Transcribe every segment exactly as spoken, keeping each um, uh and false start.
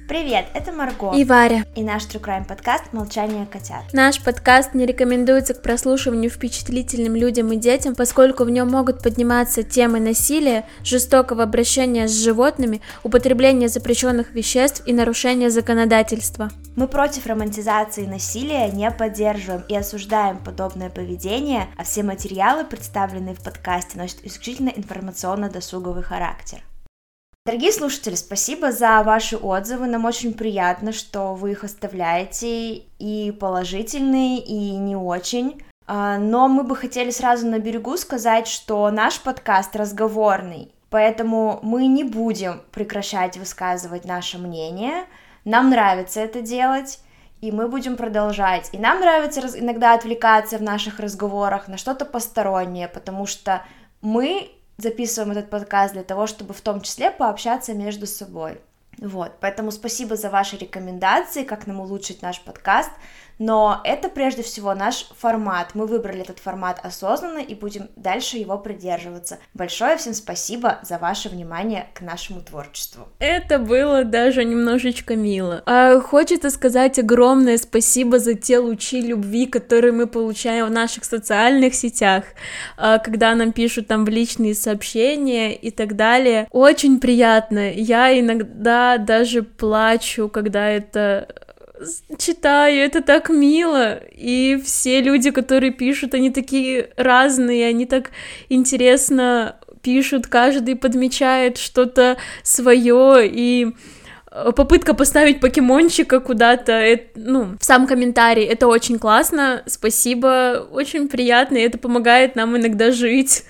Привет, это Марго и Варя, и наш True Crime подкаст «Молчание котят». Наш подкаст не рекомендуется к прослушиванию впечатлительным людям и детям, поскольку в нем могут подниматься темы насилия, жестокого обращения с животными, употребления запрещенных веществ и нарушения законодательства. Мы против романтизации насилия, не поддерживаем и осуждаем подобное поведение, а все материалы, представленные в подкасте, носят исключительно информационно-досуговый характер. Дорогие слушатели, спасибо за ваши отзывы, нам очень приятно, что вы их оставляете, и положительные, и не очень, но мы бы хотели сразу на берегу сказать, что наш подкаст разговорный, поэтому мы не будем прекращать высказывать наше мнение, нам нравится это делать, и мы будем продолжать, и нам нравится иногда отвлекаться в наших разговорах на что-то постороннее, потому что мы записываем этот подкаст для того, чтобы в том числе пообщаться между собой. Вот, поэтому спасибо за ваши рекомендации, как нам улучшить наш подкаст, но это прежде всего наш формат. Мы выбрали этот формат осознанно и будем дальше его придерживаться. Большое всем спасибо за ваше внимание к нашему творчеству. Это было даже немножечко мило. А хочется сказать огромное спасибо за те лучи любви, которые мы получаем в наших социальных сетях, когда нам пишут там в личные сообщения и так далее. Очень приятно. Я иногда даже плачу, когда это читаю, это так мило, и все люди, которые пишут, они такие разные, они так интересно пишут, каждый подмечает что-то свое, и попытка поставить покемончика куда-то, это, ну, в сам комментарий, это очень классно, спасибо, очень приятно, и это помогает нам иногда жить.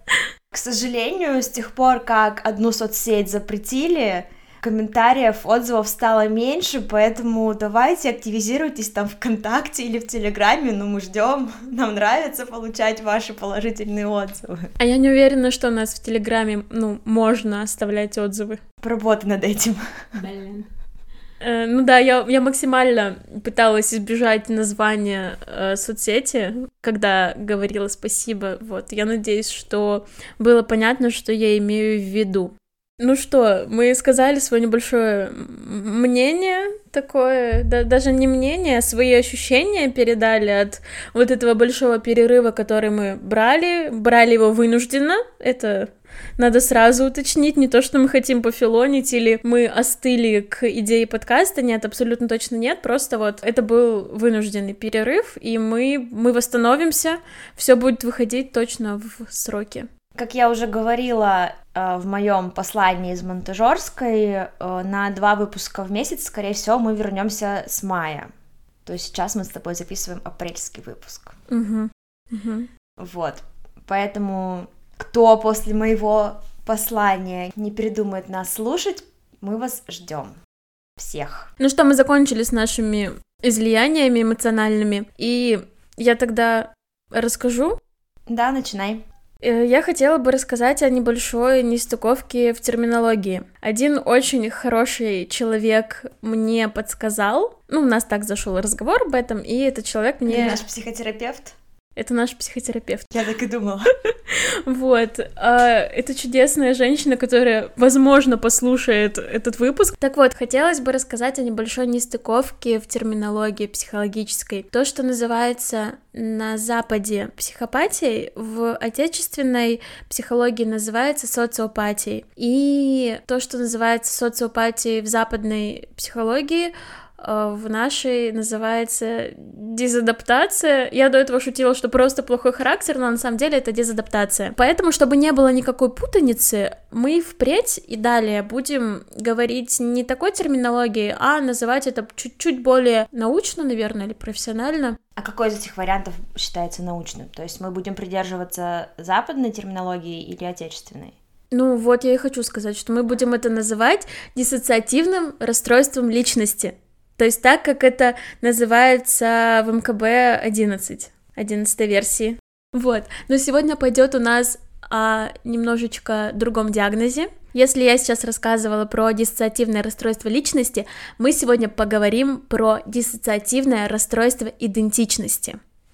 К сожалению, с тех пор, как одну соцсеть запретили, комментариев, отзывов стало меньше, поэтому давайте активизируйтесь там ВКонтакте или в Телеграме, но мы ждем, нам нравится получать ваши положительные отзывы. А я не уверена, что у нас в Телеграме, ну, можно оставлять отзывы. Поработай над этим. Блин. Э, ну да, я, я максимально пыталась избежать названия э, соцсети, когда говорила спасибо, вот, я надеюсь, что было понятно, что я имею в виду. Ну что, мы сказали свое небольшое мнение такое, да, даже не мнение, а свои ощущения передали от вот этого большого перерыва, который мы брали, брали его вынужденно, это надо сразу уточнить, не то, что мы хотим пофилонить или мы остыли к идее подкаста, нет, абсолютно точно нет, просто вот это был вынужденный перерыв, и мы, мы восстановимся, все будет выходить точно в сроки. Как я уже говорила э, в моем послании из Монтажерской, э, на два выпуска в месяц, скорее всего, мы вернемся с мая. То есть сейчас мы с тобой записываем апрельский выпуск. Uh-huh. Uh-huh. Вот. Поэтому, кто после моего послания не передумает нас слушать, мы вас ждем. Всех. Ну что, мы закончили с нашими излияниями эмоциональными, и я тогда расскажу. Да, начинай. Я хотела бы рассказать о небольшой нестыковке в терминологии. Один очень хороший человек мне подсказал, ну, у нас так зашел разговор об этом, и этот человек мне... Это наш психотерапевт? Это наш психотерапевт. Я так и думала. Вот. Это чудесная женщина, которая, возможно, послушает этот выпуск. Так вот, хотелось бы рассказать о небольшой нестыковке в терминологии психологической. То, что называется на Западе психопатией, в отечественной психологии называется социопатией. И то, что называется социопатией в западной психологии, в нашей называется дезадаптация. Я до этого шутила, что просто плохой характер, но на самом деле это дезадаптация. Поэтому, чтобы не было никакой путаницы, мы впредь и далее будем говорить не такой терминологией, а называть это чуть-чуть более научно, наверное, или профессионально. А какой из этих вариантов считается научным? То есть мы будем придерживаться западной терминологии или отечественной? Ну вот я и хочу сказать, что мы будем это называть диссоциативным расстройством личности. То есть так, как это называется в эм ка бэ одиннадцать, одиннадцатой версии. Вот, но сегодня пойдет у нас о немножечко другом диагнозе. Если я сейчас рассказывала про диссоциативное расстройство личности, мы сегодня поговорим про диссоциативное расстройство идентичности.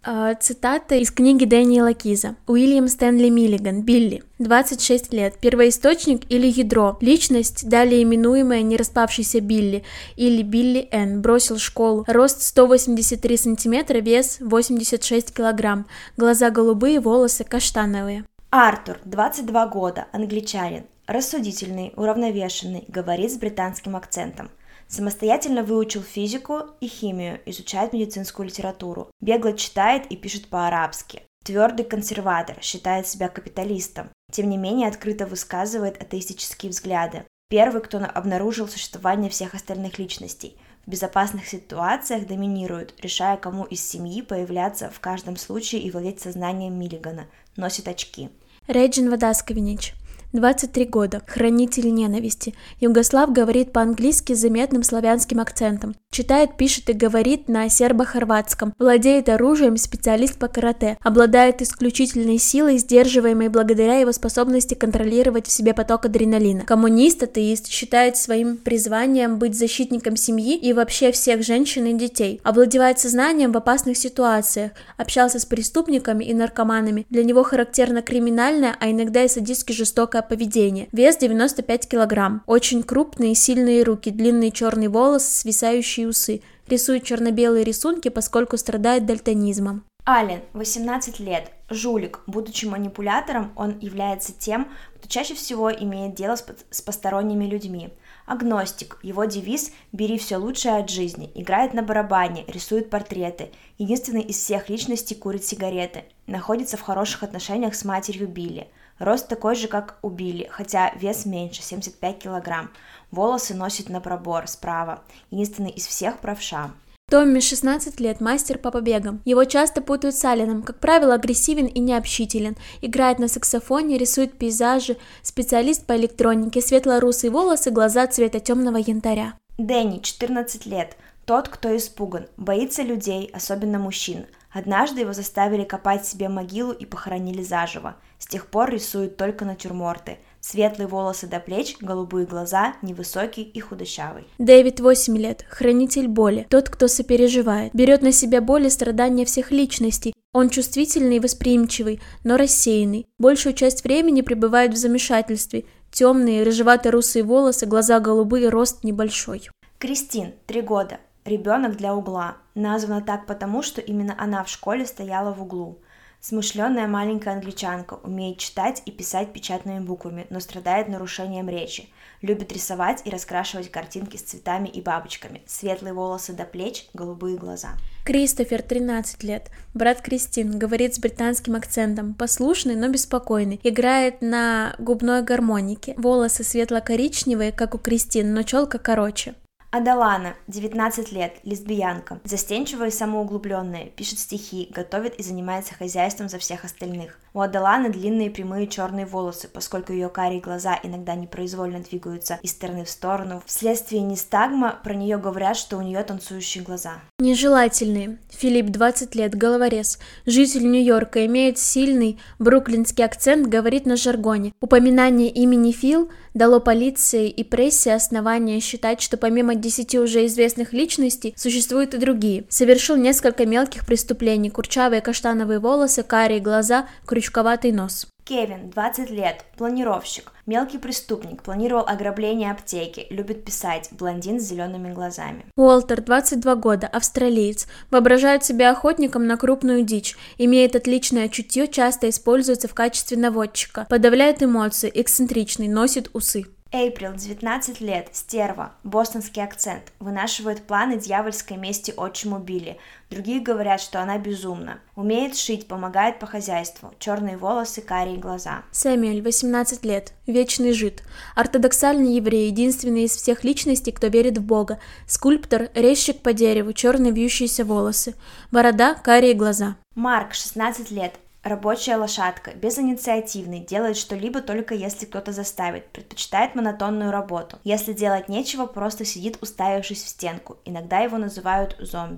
Цитата из книги Дэниела Киза. Уильям Стэнли Миллиган, Билли. двадцать шесть лет. Первоисточник или ядро. Личность, далее именуемая нераспавшийся Билли или Билли Н. Бросил школу. Рост сто восемьдесят три сантиметра, вес восемьдесят шесть килограмм. Глаза голубые, волосы каштановые. Артур, двадцать два года, англичанин. Рассудительный, уравновешенный, говорит с британским акцентом. Самостоятельно выучил физику и химию, изучает медицинскую литературу. Бегло читает и пишет по-арабски. Твердый консерватор, считает себя капиталистом. Тем не менее, открыто высказывает атеистические взгляды. Первый, кто обнаружил существование всех остальных личностей. В безопасных ситуациях доминирует, решая, кому из семьи появляться в каждом случае и владеть сознанием Миллигана. Носит очки. Реджин Вадасковинич. двадцать три года. Хранитель ненависти. Югослав говорит по-английски с заметным славянским акцентом. Читает, пишет и говорит на сербо-хорватском. Владеет оружием, специалист по карате. Обладает исключительной силой, сдерживаемой благодаря его способности контролировать в себе поток адреналина. Коммунист, атеист, считает своим призванием быть защитником семьи и вообще всех женщин и детей. Овладевает сознанием в опасных ситуациях. Общался с преступниками и наркоманами. Для него характерно криминальное, а иногда и садистски жестокое поведение. Вес девяносто пять килограмм. Очень крупные, сильные руки, длинный черный волос, свисающие усы. Рисует черно-белые рисунки, поскольку страдает дальтонизмом. Ален, восемнадцать лет. Жулик. Будучи манипулятором, он является тем, кто чаще всего имеет дело с, с посторонними людьми. Агностик. Его девиз «Бери все лучшее от жизни». Играет на барабане, рисует портреты. Единственный из всех личностей курит сигареты. Находится в хороших отношениях с матерью Билли. Рост такой же, как у Билли, хотя вес меньше, семьдесят пять килограмм. Волосы носит на пробор, справа. Единственный из всех правша. Томми, шестнадцать лет, мастер по побегам. Его часто путают с Алленом, как правило, агрессивен и необщителен. Играет на саксофоне, рисует пейзажи, специалист по электронике, светло-русые волосы, глаза цвета темного янтаря. Дэнни, четырнадцать лет. Тот, кто испуган, боится людей, особенно мужчин. Однажды его заставили копать себе могилу и похоронили заживо. С тех пор рисует только натюрморты. Светлые волосы до плеч, голубые глаза, невысокий и худощавый. Дэвид, восемь лет, хранитель боли, тот, кто сопереживает, берет на себя боль и страдания всех личностей. Он чувствительный и восприимчивый, но рассеянный. Большую часть времени пребывает в замешательстве. Темные, рыжевато-русые волосы, глаза голубые, рост небольшой. Кристин, три года. Ребенок для угла. Названа так потому, что именно она в школе стояла в углу. Смышленая маленькая англичанка, умеет читать и писать печатными буквами, но страдает нарушением речи. Любит рисовать и раскрашивать картинки с цветами и бабочками. Светлые волосы до плеч, голубые глаза. Кристофер, тринадцать лет. Брат Кристин, говорит с британским акцентом. Послушный, но беспокойный. Играет на губной гармонике. Волосы светло-коричневые, как у Кристин, но челка короче. Адалана, девятнадцать лет, лесбиянка, застенчивая и самоуглубленная, пишет стихи, готовит и занимается хозяйством за всех остальных. У Адаланы длинные прямые черные волосы, поскольку ее карие глаза иногда непроизвольно двигаются из стороны в сторону. Вследствие нистагма про нее говорят, что у нее танцующие глаза. Нежелательные. Филипп, двадцать лет, головорез. Житель Нью-Йорка, имеет сильный бруклинский акцент, говорит на жаргоне. Упоминание имени Фил дало полиции и прессе основания считать, что помимо десяти уже известных личностей существуют и другие. Совершил несколько мелких преступлений: курчавые каштановые волосы, карие глаза, крючковатый нос. Кевин, двадцать лет, планировщик, мелкий преступник, планировал ограбление аптеки, любит писать, блондин с зелеными глазами. Уолтер, двадцать два года, австралиец, воображает себя охотником на крупную дичь, имеет отличное чутье, часто используется в качестве наводчика, подавляет эмоции, эксцентричный, носит усы. Эйприл, девятнадцать лет, стерва, бостонский акцент, вынашивает планы дьявольской мести отчиму Билли. Другие говорят, что она безумна. Умеет шить, помогает по хозяйству, черные волосы, карие глаза. Сэмюэль, восемнадцать лет, вечный жид, ортодоксальный еврей, единственный из всех личностей, кто верит в Бога, скульптор, резчик по дереву, черные вьющиеся волосы, борода, карие глаза. Марк, шестнадцать лет. Рабочая лошадка, безинициативный, делает что-либо только если кто-то заставит, предпочитает монотонную работу. Если делать нечего, просто сидит, уставившись в стенку. Иногда его называют зомби.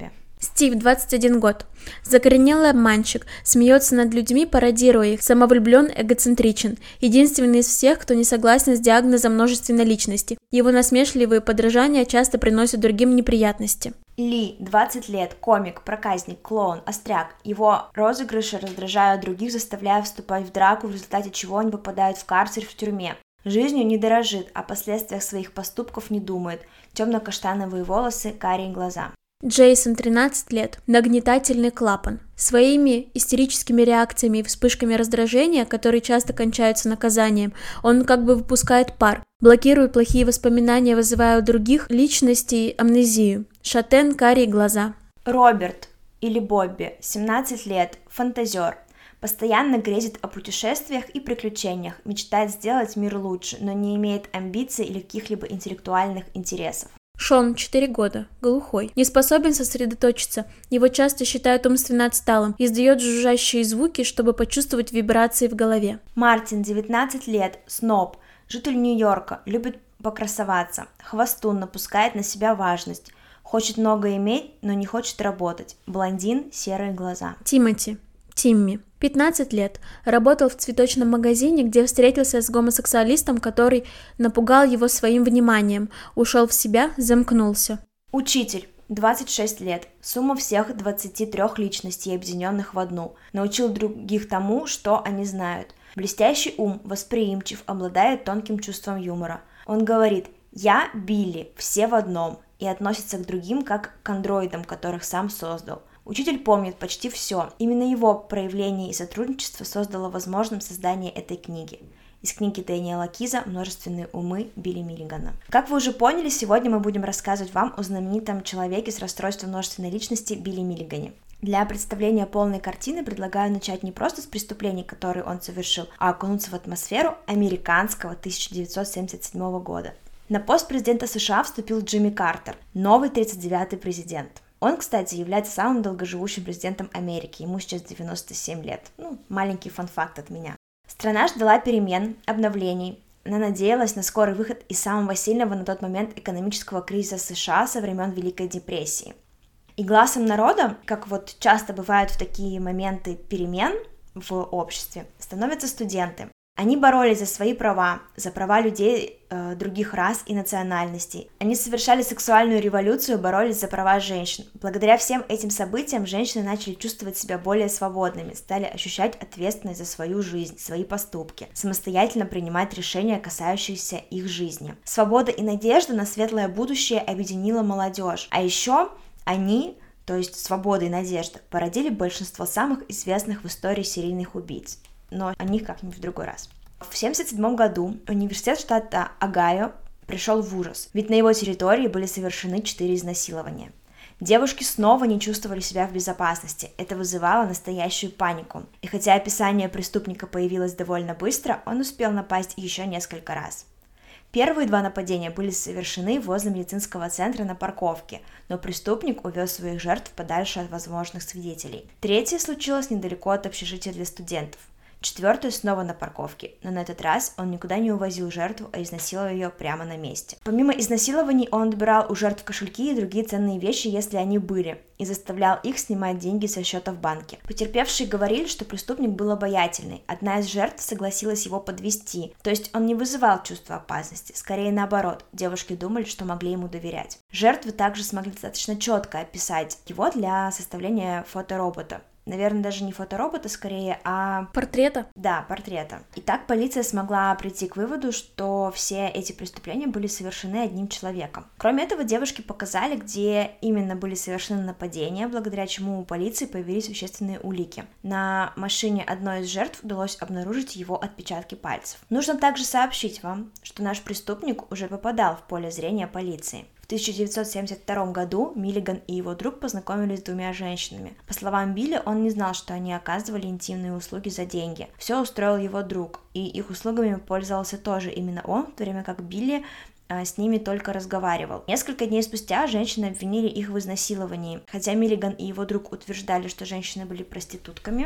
Стив, двадцать один год. Закоренелый обманщик, смеется над людьми, пародируя их, самовлюблен, эгоцентричен. Единственный из всех, кто не согласен с диагнозом множественной личности. Его насмешливые подражания часто приносят другим неприятности. Ли, двадцать лет, комик, проказник, клоун, остряк. Его розыгрыши раздражают других, заставляя вступать в драку, в результате чего они попадают в карцер в тюрьме. Жизнью не дорожит, о последствиях своих поступков не думает. Темно-каштановые волосы, карие глаза. Джейсон, тринадцать лет, нагнетательный клапан. Своими истерическими реакциями и вспышками раздражения, которые часто кончаются наказанием, он как бы выпускает пар, блокируя плохие воспоминания, вызывая у других личностей амнезию. Шатен, карие глаза. Роберт или Бобби, семнадцать лет, фантазер. Постоянно грезит о путешествиях и приключениях, мечтает сделать мир лучше, но не имеет амбиций или каких-либо интеллектуальных интересов. Шон, четыре года, глухой, не способен сосредоточиться, его часто считают умственно отсталым, издает жужжащие звуки, чтобы почувствовать вибрации в голове. Мартин, девятнадцать лет, сноб, житель Нью-Йорка, любит покрасоваться, хвостун, напускает на себя важность, хочет много иметь, но не хочет работать, блондин, серые глаза. Тимоти, Тимми, пятнадцать лет, работал в цветочном магазине, где встретился с гомосексуалистом, который напугал его своим вниманием, ушел в себя, замкнулся. Учитель, двадцать шесть лет, сумма всех двадцати трёх личностей, объединенных в одну, научил других тому, что они знают. Блестящий ум, восприимчив, обладает тонким чувством юмора. Он говорит «Я Билли, все в одном» и относится к другим как к андроидам, которых сам создал. Учитель помнит почти все. Именно его проявление и сотрудничество создало возможным создание этой книги. Из книги Дэниела Киза «Множественные умы» Билли Миллигана. Как вы уже поняли, сегодня мы будем рассказывать вам о знаменитом человеке с расстройством множественной личности Билли Миллигане. Для представления полной картины предлагаю начать не просто с преступлений, которые он совершил, а окунуться в атмосферу американского тысяча девятьсот семьдесят седьмого года. На пост президента США вступил Джимми Картер, новый тридцать девятый президент. Он, кстати, является самым долгоживущим президентом Америки, ему сейчас девяносто семь лет. Ну, маленький фан-факт от меня. Страна ждала перемен, обновлений. Она надеялась на скорый выход из самого сильного на тот момент экономического кризиса США со времен Великой депрессии. И глазом народа, как вот часто бывает в такие моменты перемен в обществе, становятся студенты. Они боролись за свои права, за права людей э, других рас и национальностей. Они совершали сексуальную революцию, боролись за права женщин. Благодаря всем этим событиям женщины начали чувствовать себя более свободными, стали ощущать ответственность за свою жизнь, свои поступки, самостоятельно принимать решения, касающиеся их жизни. Свобода и надежда на светлое будущее объединила молодежь. А еще они, то есть свобода и надежда, породили большинство самых известных в истории серийных убийц. Но о них как-нибудь в другой раз. В семьдесят седьмом году университет штата Огайо пришел в ужас, ведь на его территории были совершены четыре изнасилования. Девушки снова не чувствовали себя в безопасности, это вызывало настоящую панику. И хотя описание преступника появилось довольно быстро, он успел напасть еще несколько раз. Первые два нападения были совершены возле медицинского центра на парковке, но преступник увез своих жертв подальше от возможных свидетелей. Третье случилось недалеко от общежития для студентов. Четвертое снова на парковке, но на этот раз он никуда не увозил жертву, а изнасиловал ее прямо на месте. Помимо изнасилований, он отбирал у жертв кошельки и другие ценные вещи, если они были, и заставлял их снимать деньги со счета в банке. Потерпевшие говорили, что преступник был обаятельный. Одна из жертв согласилась его подвести, то есть он не вызывал чувства опасности, скорее наоборот, девушки думали, что могли ему доверять. Жертвы также смогли достаточно четко описать его для составления фоторобота. Наверное, даже не фоторобота скорее, а... Портрета? Да, портрета. И так полиция смогла прийти к выводу, что все эти преступления были совершены одним человеком. Кроме этого, девушки показали, где именно были совершены нападения, благодаря чему у полиции появились вещественные улики. На машине одной из жертв удалось обнаружить его отпечатки пальцев. Нужно также сообщить вам, что наш преступник уже попадал в поле зрения полиции. В тысяча девятьсот семьдесят втором году Миллиган и его друг познакомились с двумя женщинами. По словам Билли, он не знал, что они оказывали интимные услуги за деньги. Все устроил его друг, и их услугами пользовался тоже именно он, в то время как Билли а, с ними только разговаривал. Несколько дней спустя женщины обвинили их в изнасиловании. Хотя Миллиган и его друг утверждали, что женщины были проститутками,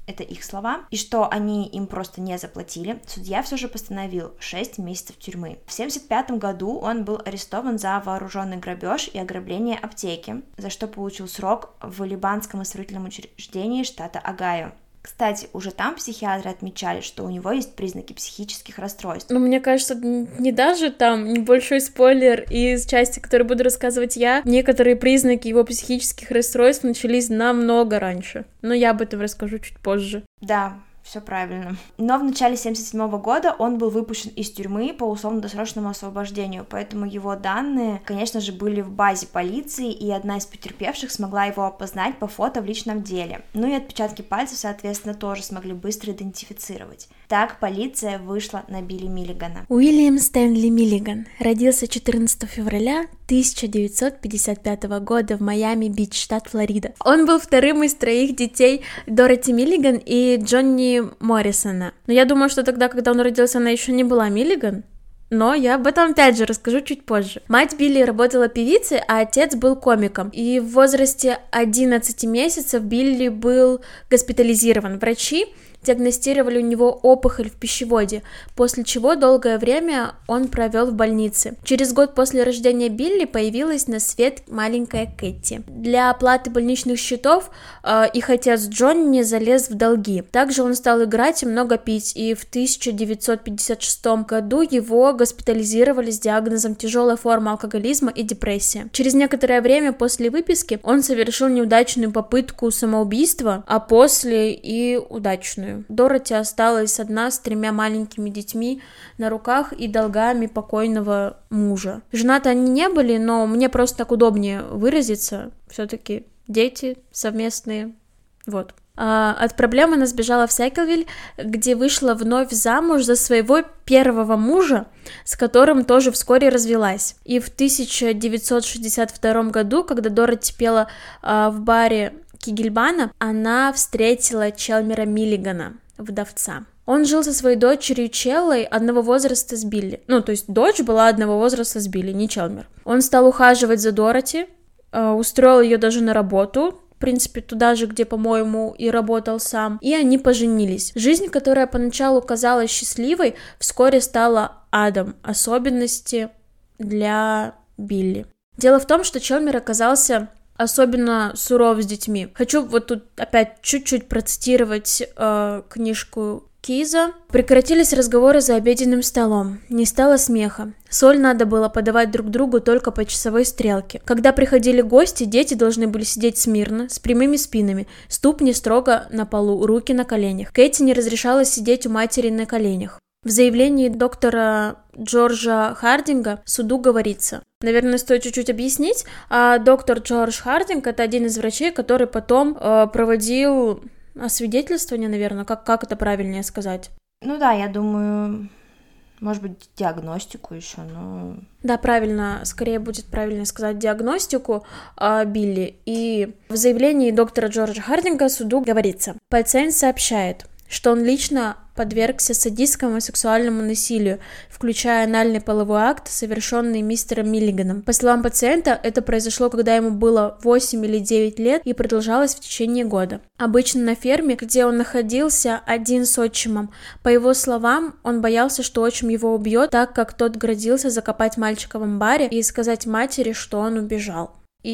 это их слова, и что они им просто не заплатили, судья все же постановил шесть месяцев тюрьмы. В семьдесят пятом году он был арестован за вооруженный грабеж и ограбление аптеки, за что получил срок в Либанском исправительном учреждении штата Огайо. Кстати, уже там психиатры отмечали, что у него есть признаки психических расстройств. Ну, мне кажется, не даже там, небольшой спойлер из части, которую буду рассказывать я, некоторые признаки его психических расстройств начались намного раньше. Но я об этом расскажу чуть позже. Да, все правильно. Но в начале семьдесят седьмого года он был выпущен из тюрьмы по условно-досрочному освобождению, поэтому его данные, конечно же, были в базе полиции, и одна из потерпевших смогла его опознать по фото в личном деле. Ну и отпечатки пальцев, соответственно, тоже смогли быстро идентифицировать. Так полиция вышла на Билли Миллигана. Уильям Стэнли Миллиган родился четырнадцатого февраля тысяча девятьсот пятьдесят пятого года в Майами-Бич, штат Флорида. Он был вторым из троих детей Дороти Миллиган и Джонни Моррисона. Но я думаю, что тогда, когда он родился, она еще не была Миллиган. Но я об этом опять же расскажу чуть позже. Мать Билли работала певицей, а отец был комиком. И в возрасте одиннадцати месяцев Билли был госпитализирован. Врачи диагностировали у него опухоль в пищеводе, после чего долгое время он провел в больнице. Через год после рождения Билли появилась на свет маленькая Кэти. Для оплаты больничных счетов э, их отец Джонни залез в долги. Также он стал играть и много пить, и в тысяча девятьсот пятьдесят шестом году его госпитализировали с диагнозом тяжелая форма алкоголизма и депрессия. Через некоторое время после выписки он совершил неудачную попытку самоубийства, а после и удачную. Дороти осталась одна с тремя маленькими детьми на руках и долгами покойного мужа. Женаты они не были, но мне просто так удобнее выразиться. Все-таки дети совместные. Вот. А, от проблем она сбежала в Сэклвиль, где вышла вновь замуж за своего первого мужа, с которым тоже вскоре развелась. И в тысяча девятьсот шестьдесят втором году, когда Дороти пела а, в баре Кигельбана, она встретила Челмера Миллигана, вдовца. Он жил со своей дочерью Челлой одного возраста с Билли. Ну, то есть дочь была одного возраста с Билли, не Челмер. Он стал ухаживать за Дороти, устроил ее даже на работу, в принципе, туда же, где, по-моему, и работал сам, и они поженились. Жизнь, которая поначалу казалась счастливой, вскоре стала адом, особенности для Билли. Дело в том, что Челмер оказался особенно суров с детьми. Хочу вот тут опять чуть-чуть процитировать э, книжку Киза. Прекратились разговоры за обеденным столом. Не стало смеха. Соль надо было подавать друг другу только по часовой стрелке. Когда приходили гости, дети должны были сидеть смирно, с прямыми спинами, ступни строго на полу, руки на коленях. Кэти не разрешала сидеть у матери на коленях. В заявлении доктора Джорджа Хардинга суду говорится. Наверное, стоит чуть-чуть объяснить. А доктор Джордж Хардинг — это один из врачей, который потом э, проводил освидетельствование, наверное, как, как это правильнее сказать? Ну да, я думаю, может быть, диагностику еще, но... Да, правильно, скорее будет правильно сказать диагностику э, Билли. И в заявлении доктора Джорджа Хардинга суду говорится. Пациент сообщает, что он лично подвергся садистскому и сексуальному насилию, включая анальный половой акт, совершенный мистером Миллиганом. По словам пациента, это произошло, когда ему было восемь или девять лет и продолжалось в течение года. Обычно на ферме, где он находился один с отчимом. По его словам, он боялся, что отчим его убьет, так как тот грозился закопать мальчика в амбаре и сказать матери, что он убежал.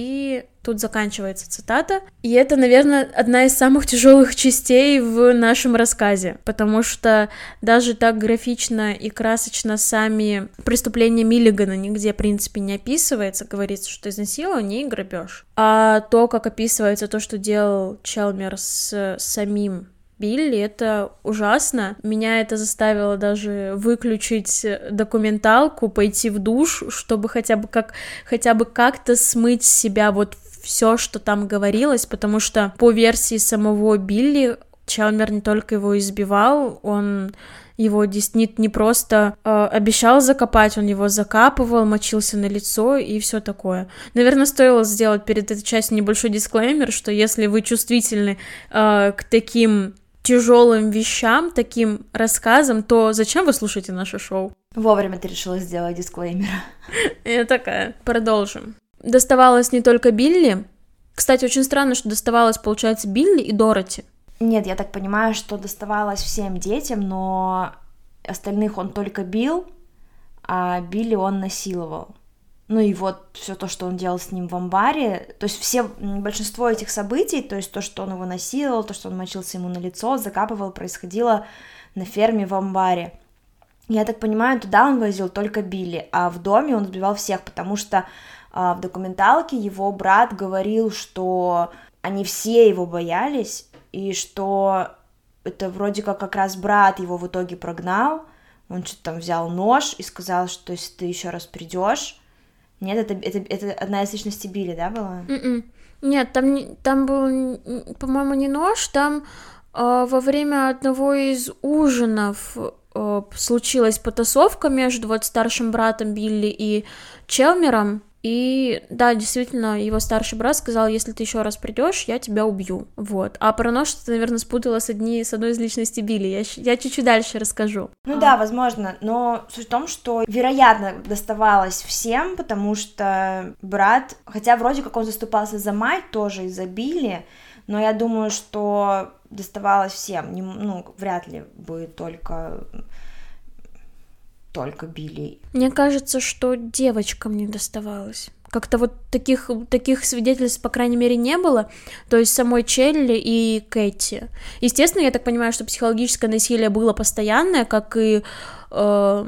И тут заканчивается цитата. И это, наверное, одна из самых тяжелых частей в нашем рассказе, потому что даже так графично и красочно сами преступления Миллигана нигде, в принципе, не описывается. Говорится, что изнасилование и грабеж. А то, как описывается то, что делал Челмер с самим Билли, это ужасно. Меня это заставило даже выключить документалку, пойти в душ, чтобы хотя бы как хотя бы как-то смыть с себя вот все, что там говорилось, потому что по версии самого Билли Челмер не только его избивал, он его не, не просто э, обещал закопать, он его закапывал, мочился на лицо и все такое. Наверное, стоило сделать перед этой частью небольшой дисклеймер, что если вы чувствительны э, к таким тяжелым вещам, таким рассказам, то зачем вы слушаете наше шоу? Вовремя ты решила сделать дисклеймер. Я такая. Продолжим. Доставалось не только Билли. Кстати, очень странно, что доставалось, получается, Билли и Дороти. Нет, я так понимаю, что доставалось всем детям, но остальных он только бил, а Билли он насиловал. Ну и вот все то, что он делал с ним в амбаре, то есть все, большинство этих событий, то есть то, что он его насиловал, то, что он мочился ему на лицо, закапывал, происходило на ферме в амбаре. Я так понимаю, туда он возил только Билли, а в доме он сбивал всех, потому что а, в документалке его брат говорил, что они все его боялись, и что это вроде как как раз брат его в итоге прогнал, он что-то там взял нож и сказал, что если ты еще раз придешь. Нет, это, это, это одна из личностей Билли, да, была? Mm-mm. Нет, там, там был, по-моему, не нож, там э, во время одного из ужинов э, случилась потасовка между вот старшим братом Билли и Челмером, и да, действительно, его старший брат сказал, если ты еще раз придешь, я тебя убью, вот. А про нож ты, наверное, спутала с, одни, с одной из личностей Билли, я, я чуть-чуть дальше расскажу. Ну а. да, возможно, но суть в том, что, вероятно, доставалось всем, потому что брат, хотя вроде как он заступался за мать тоже из-за Билли, но я думаю, что доставалось всем, ну, вряд ли будет только... только Билли. Мне кажется, что девочкам не доставалось. Как-то вот таких, таких свидетельств, по крайней мере, не было. То есть самой Челли и Кэти. Естественно, я так понимаю, что психологическое насилие было постоянное, как и э,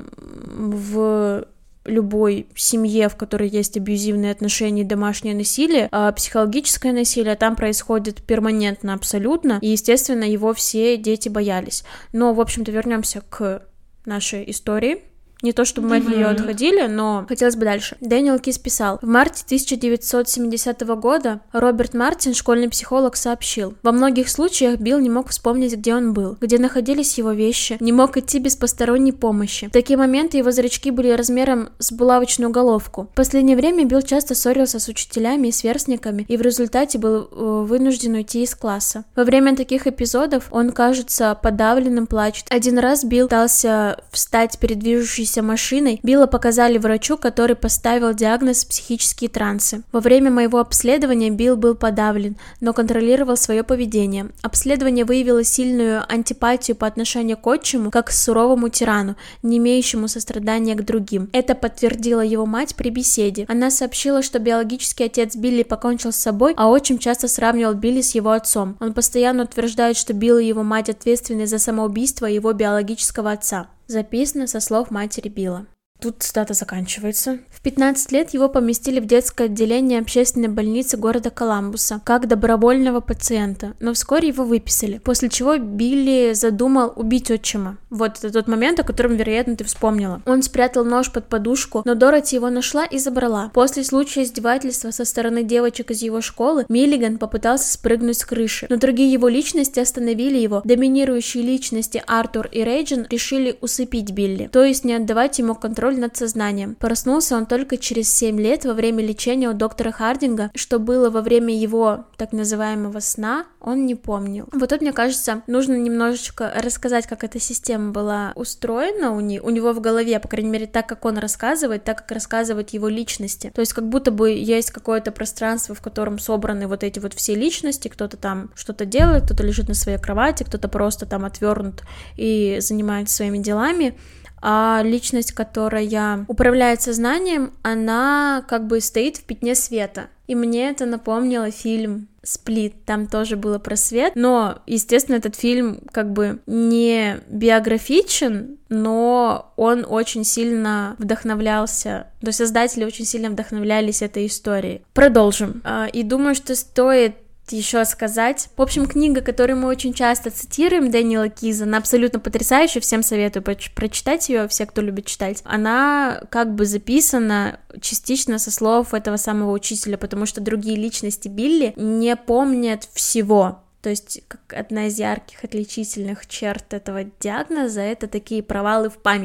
в любой семье, в которой есть абьюзивные отношения и домашнее насилие, а психологическое насилие там происходит перманентно абсолютно, и, естественно, его все дети боялись. Но, в общем-то, вернемся к нашей истории. Не то, чтобы мы от нее отходили, но хотелось бы дальше. Дэниел Кис писал: в марте тысяча девятьсот семидесятого года Роберт Мартин, школьный психолог, сообщил: во многих случаях Билл не мог вспомнить, где он был, где находились его вещи, не мог идти без посторонней помощи. В такие моменты его зрачки были размером с булавочную головку. В последнее время Билл часто ссорился с учителями и сверстниками, и в результате был вынужден уйти из класса. Во время таких эпизодов он кажется подавленным, плачет. Один раз Билл пытался встать перед движущейся машиной. Билла показали врачу, который поставил диагноз психические трансы. Во время моего обследования Билл был подавлен, но контролировал свое поведение. Обследование выявило сильную антипатию по отношению к отчиму, как к суровому тирану, не имеющему сострадания к другим. Это подтвердила его мать при беседе. Она сообщила, что биологический отец Билли покончил с собой, а отчим часто сравнивал Билли с его отцом. Он постоянно утверждает, что Билл и его мать ответственны за самоубийство его биологического отца. Записано со слов матери Билла. Тут цитата заканчивается. В пятнадцать лет его поместили в детское отделение общественной больницы города Коламбуса как добровольного пациента, но вскоре его выписали, после чего Билли задумал убить отчима. Вот это тот момент, о котором, вероятно, ты вспомнила. Он спрятал нож под подушку, но Дороти его нашла и забрала. После случая издевательства со стороны девочек из его школы, Миллиган попытался спрыгнуть с крыши, но другие его личности остановили его. Доминирующие личности Артур и Рейджин решили усыпить Билли, то есть не отдавать ему контроль над сознанием. Проснулся он только через семь лет во время лечения у доктора Хардинга. Что было во время его так называемого сна, он не помнил. Вот тут, мне кажется, нужно немножечко рассказать, как эта система была устроена у, не, у него в голове, по крайней мере, так, как он рассказывает, так, как рассказывают его личности. То есть как будто бы есть какое-то пространство, в котором собраны вот эти вот все личности, кто-то там что-то делает, кто-то лежит на своей кровати, кто-то просто там отвернут и занимается своими делами. А личность, которая управляет сознанием, она как бы стоит в пятне света. И мне это напомнило фильм «Сплит», там тоже было про свет, но, естественно, этот фильм как бы не биографичен, но он очень сильно вдохновлялся, то есть создатели очень сильно вдохновлялись этой историей. Продолжим. И думаю, что стоит еще сказать. В общем, книга, которую мы очень часто цитируем, Дэниела Киза, она абсолютно потрясающая, всем советую прочитать ее, все, кто любит читать. Она как бы записана частично со слов этого самого учителя, потому что другие личности Билли не помнят всего. То есть, как одна из ярких отличительных черт этого диагноза, это такие провалы в памяти.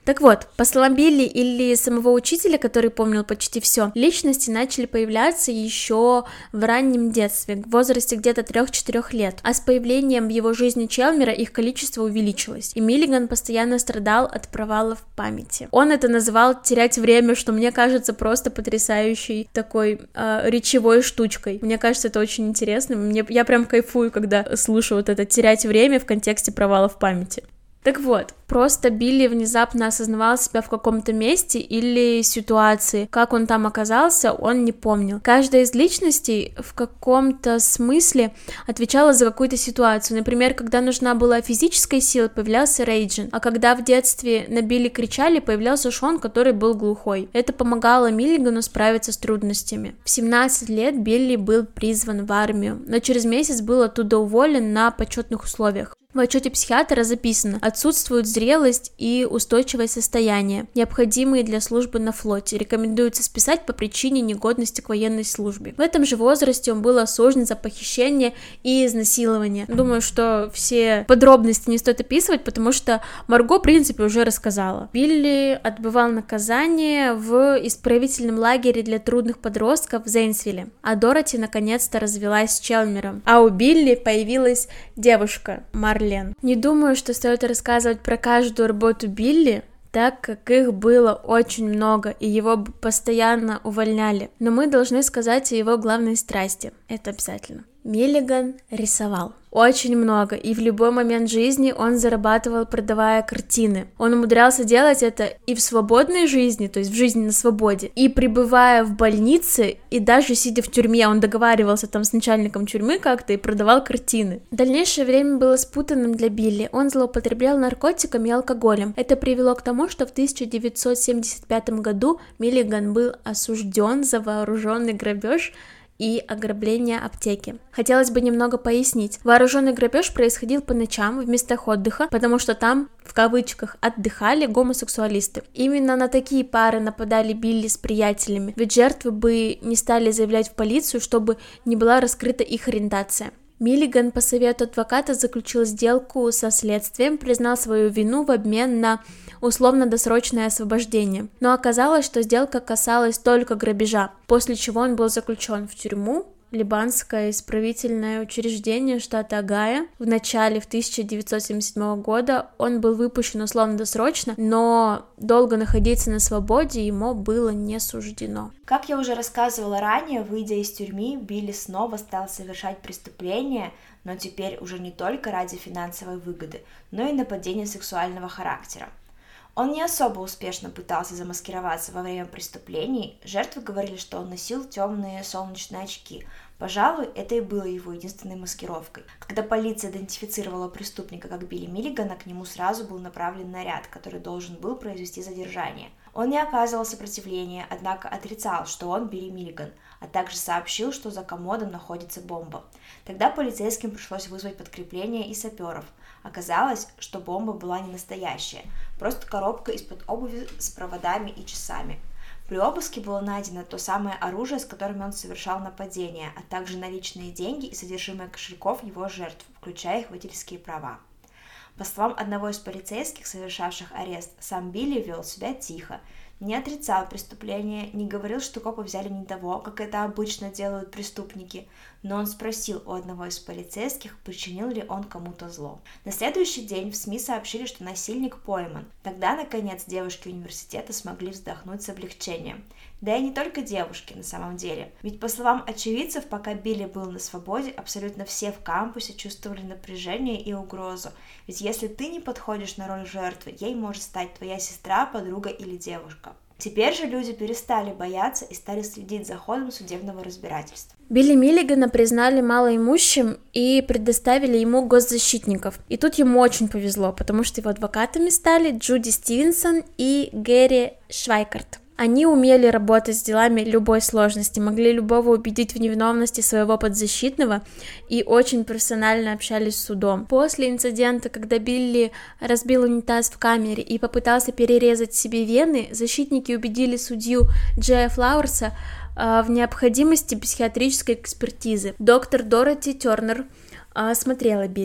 Так вот, по словам Билли или самого учителя, который помнил почти все, личности начали появляться еще в раннем детстве, в возрасте где-то трех-четырех лет, а с появлением в его жизни Челмера их количество увеличилось, и Миллиган постоянно страдал от провалов памяти. Он это называл терять время, что мне кажется просто потрясающей такой э, речевой штучкой. Мне кажется, это очень интересно, мне, я прям кайфую, когда слышу вот это терять время в контексте провалов памяти. Так вот, просто Билли внезапно осознавал себя в каком-то месте или ситуации. Как он там оказался, он не помнил. Каждая из личностей в каком-то смысле отвечала за какую-то ситуацию. Например, когда нужна была физическая сила, появлялся Рейджин, а когда в детстве на Билли кричали, появлялся Шон, который был глухой. Это помогало Миллигану справиться с трудностями. В семнадцать лет Билли был призван в армию, но через месяц был оттуда уволен на почетных условиях. В отчете психиатра записано: отсутствует зрелость и устойчивое состояние, необходимые для службы на флоте. Рекомендуется списать по причине негодности к военной службе. В этом же возрасте он был осужден за похищение и изнасилование. Думаю, что все подробности не стоит описывать, потому что Марго, в принципе, уже рассказала. Билли отбывал наказание в исправительном лагере для трудных подростков в Зейнсвилле, а Дороти наконец-то развелась с Челмером. А у Билли появилась девушка, Марли. Не думаю, что стоит рассказывать про каждую работу Билли, так как их было очень много, и его постоянно увольняли. Но мы должны сказать о его главной страсти. Это обязательно. Миллиган рисовал. Очень много, и в любой момент жизни он зарабатывал, продавая картины. Он умудрялся делать это и в свободной жизни, то есть в жизни на свободе, и пребывая в больнице, и даже сидя в тюрьме. Он договаривался там с начальником тюрьмы как-то и продавал картины. Дальнейшее время было спутанным для Билли. Он злоупотреблял наркотиками и алкоголем. Это привело к тому, что в тысяча девятьсот семьдесят пятом году Миллиган был осужден за вооруженный грабеж и ограбление аптеки. Хотелось бы немного пояснить. Вооруженный грабеж происходил по ночам в местах отдыха, потому что там, в кавычках, отдыхали гомосексуалисты. Именно на такие пары нападали Билли с приятелями, ведь жертвы бы не стали заявлять в полицию, чтобы не была раскрыта их ориентация. Миллиган по совету адвоката заключил сделку со следствием, признал свою вину в обмен на условно-досрочное освобождение. Но оказалось, что сделка касалась только грабежа, после чего он был заключен в тюрьму, Либанское исправительное учреждение штата Огайо. В начале в тысяча девятьсот семьдесят седьмого года он был выпущен условно-досрочно, но долго находиться на свободе ему было не суждено. Как я уже рассказывала ранее, выйдя из тюрьмы, Билли снова стал совершать преступления, но теперь уже не только ради финансовой выгоды, но и нападения сексуального характера. Он не особо успешно пытался замаскироваться во время преступлений. Жертвы говорили, что он носил темные солнечные очки. Пожалуй, это и было его единственной маскировкой. Когда полиция идентифицировала преступника как Билли Миллигана, к нему сразу был направлен наряд, который должен был произвести задержание. Он не оказывал сопротивления, однако отрицал, что он Билли Миллиган, а также сообщил, что за комодом находится бомба. Тогда полицейским пришлось вызвать подкрепление и саперов. Оказалось, что бомба была не настоящая, просто коробка из-под обуви с проводами и часами. При обыске было найдено то самое оружие, с которым он совершал нападение, а также наличные деньги и содержимое кошельков его жертв, включая их водительские права. По словам одного из полицейских, совершавших арест, сам Билли вел себя тихо, не отрицал преступления, не говорил, что копы взяли не того, как это обычно делают преступники, но он спросил у одного из полицейских, причинил ли он кому-то зло. На следующий день в СМИ сообщили, что насильник пойман. Тогда, наконец, девушки университета смогли вздохнуть с облегчением. Да и не только девушки на самом деле. Ведь, по словам очевидцев, пока Билли был на свободе, абсолютно все в кампусе чувствовали напряжение и угрозу. Ведь если ты не подходишь на роль жертвы, ей может стать твоя сестра, подруга или девушка. Теперь же люди перестали бояться и стали следить за ходом судебного разбирательства. Билли Миллигана признали малоимущим и предоставили ему госзащитников. И тут ему очень повезло, потому что его адвокатами стали Джуди Стивенсон и Гэри Швайкарт. Они умели работать с делами любой сложности, могли любого убедить в невиновности своего подзащитного и очень профессионально общались с судом. После инцидента, когда Билли разбил унитаз в камере и попытался перерезать себе вены, защитники убедили судью Джея Флауэрса в необходимости психиатрической экспертизы. Доктор Дороти Тернер осмотрела Билли.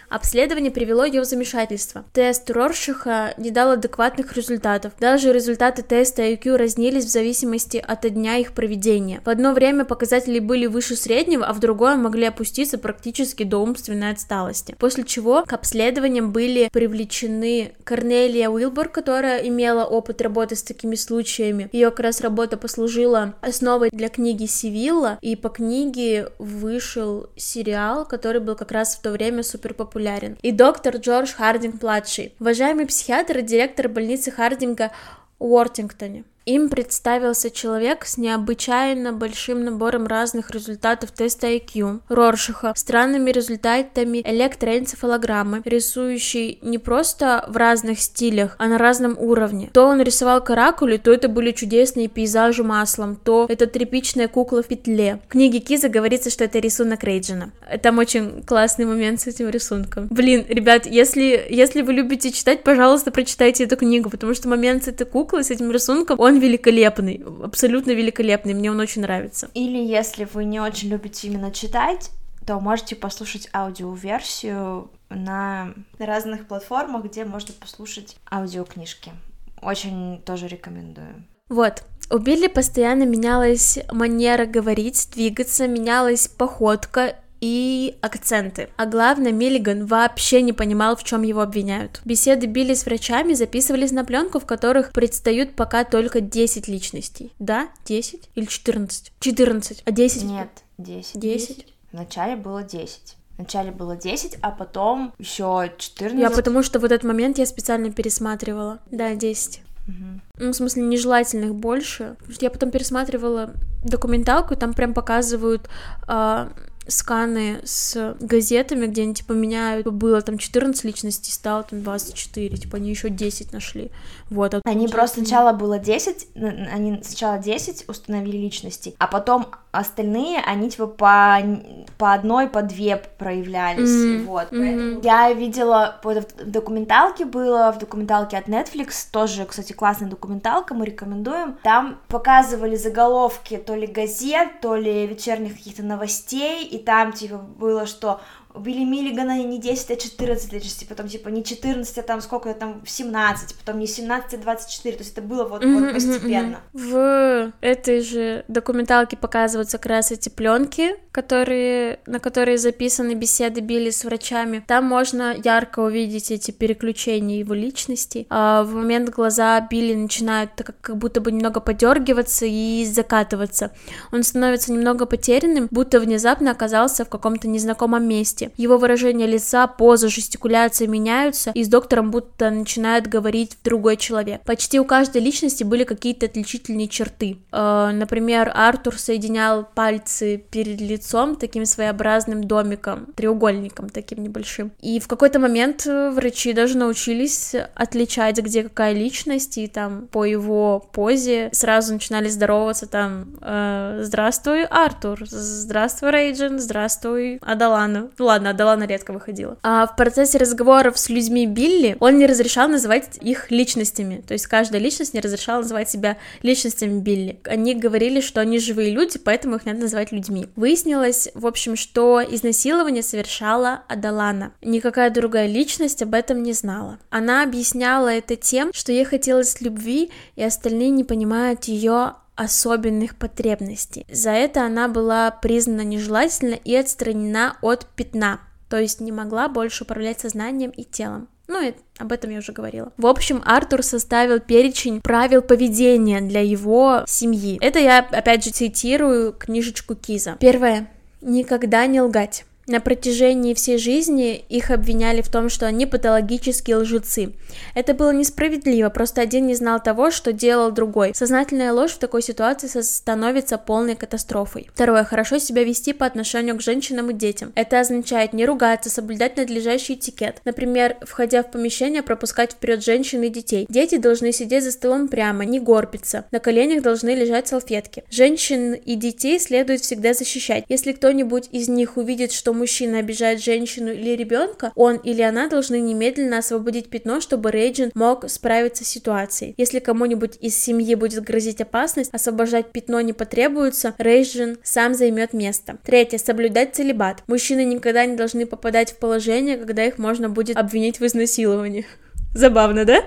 Обследование привело ее в замешательство. Тест Роршаха не дал адекватных результатов. Даже результаты теста ай кью разнились в зависимости от дня их проведения. В одно время показатели были выше среднего, а в другое могли опуститься практически до умственной отсталости. После чего к обследованиям были привлечены Корнелия Уилбор, которая имела опыт работы с такими случаями. Ее как раз работа послужила основой для книги «Сивилла», и по книге вышел сериал, который был как раз в то время супер популярен. И доктор Джордж Хардинг-младший, уважаемый психиатр и директор больницы Хардинга в Уортингтоне. Им представился человек с необычайно большим набором разных результатов теста ай кью Роршаха, странными результатами электроэнцефалограммы, рисующий не просто в разных стилях, а на разном уровне. То он рисовал каракули, то это были чудесные пейзажи маслом, то это тряпичная кукла в петле. В книге Киза говорится, что это рисунок Рейджина. Там очень классный момент с этим рисунком. Блин, ребят, если, если вы любите читать, пожалуйста, прочитайте эту книгу, потому что момент с этой куклой, с этим рисунком, он великолепный, абсолютно великолепный, мне он очень нравится. Или если вы не очень любите именно читать, то можете послушать аудиоверсию на разных платформах, где можно послушать аудиокнижки. Очень тоже рекомендую. Вот, у Билли постоянно менялась манера говорить, двигаться, менялась походка и акценты. А главное, Миллиган вообще не понимал, в чем его обвиняют. Беседы Билли с врачами записывались на пленку, в которых предстают пока только десять личностей. Да? десять? Или четырнадцать? четырнадцать. А десять? Нет, десять. десять? Вначале было десять. Вначале было десять, а потом еще четырнадцать. Я потому что в этот момент я специально пересматривала. Да, десять. Угу. Ну, в смысле, нежелательных больше. Потому что я потом пересматривала документалку, и там прям показывают... А... сканы с газетами, где они, типа, меняют, было там четырнадцать личностей, стало там двадцать четыре, типа, они еще десять нашли, вот. А они просто сначала было десять, они сначала десять установили личности, а потом остальные, они, типа, по, по одной, по две проявлялись, mm-hmm. вот, поэтому mm-hmm. я видела, вот, в документалке было, в документалке от Netflix, тоже, кстати, классная документалка, мы рекомендуем, там показывали заголовки то ли газет, то ли вечерних каких-то новостей, и там, типа, было, что у Билли Миллигана не десять, а четырнадцать личностей, потом, типа, не четырнадцать, а там сколько там, семнадцать, потом не семнадцать, а двадцать четыре, то есть это было вот, mm-hmm, вот постепенно. В этой же документалке показываются как раз эти пленки, которые, на которые записаны беседы Билли с врачами. Там можно ярко увидеть эти переключения его личностей. А в момент глаза Билли начинают так, как будто бы немного подергиваться и закатываться. Он становится немного потерянным, будто внезапно оказался в каком-то незнакомом месте. Его выражение лица, поза, жестикуляция меняются, и с доктором будто начинает говорить другой человек. Почти у каждой личности были какие-то отличительные черты. Э, например, Артур соединял пальцы перед лицом таким своеобразным домиком, треугольником таким небольшим. И в какой-то момент врачи даже научились отличать, где какая личность, и там по его позе сразу начинали здороваться там э, «Здравствуй, Артур», «Здравствуй, Рейджин», «Здравствуй, Адалана». Ну ладно, Адалана редко выходила. А в процессе разговоров с людьми Билли он не разрешал называть их личностями, то есть каждая личность не разрешала называть себя личностями Билли. Они говорили, что они живые люди, поэтому их надо называть людьми. Выяснилось, в общем, что изнасилование совершала Адалана. Никакая другая личность об этом не знала. Она объясняла это тем, что ей хотелось любви, и остальные не понимают ее особенных потребностей. За это она была признана нежелательной и отстранена от пятна, то есть не могла больше управлять сознанием и телом. Ну, и об этом я уже говорила. В общем, Артур составил перечень правил поведения для его семьи. Это я, опять же, цитирую книжечку Киза. Первое. Никогда не лгать. На протяжении всей жизни их обвиняли в том, что они патологические лжецы. Это было несправедливо, просто один не знал того, что делал другой. Сознательная ложь в такой ситуации становится полной катастрофой. Второе. Хорошо себя вести по отношению к женщинам и детям. Это означает не ругаться, соблюдать надлежащий этикет. Например, входя в помещение, пропускать вперед женщин и детей. Дети должны сидеть за столом прямо, не горбиться. На коленях должны лежать салфетки. Женщин и детей следует всегда защищать. Если кто-нибудь из них увидит, что мужчина обижает женщину или ребенка, он или она должны немедленно освободить пятно, чтобы Рейджин мог справиться с ситуацией. Если кому-нибудь из семьи будет грозить опасность, освобождать пятно не потребуется, Рейджин сам займет место. Третье. Соблюдать целибат. Мужчины никогда не должны попадать в положение, когда их можно будет обвинить в изнасиловании. Забавно, да?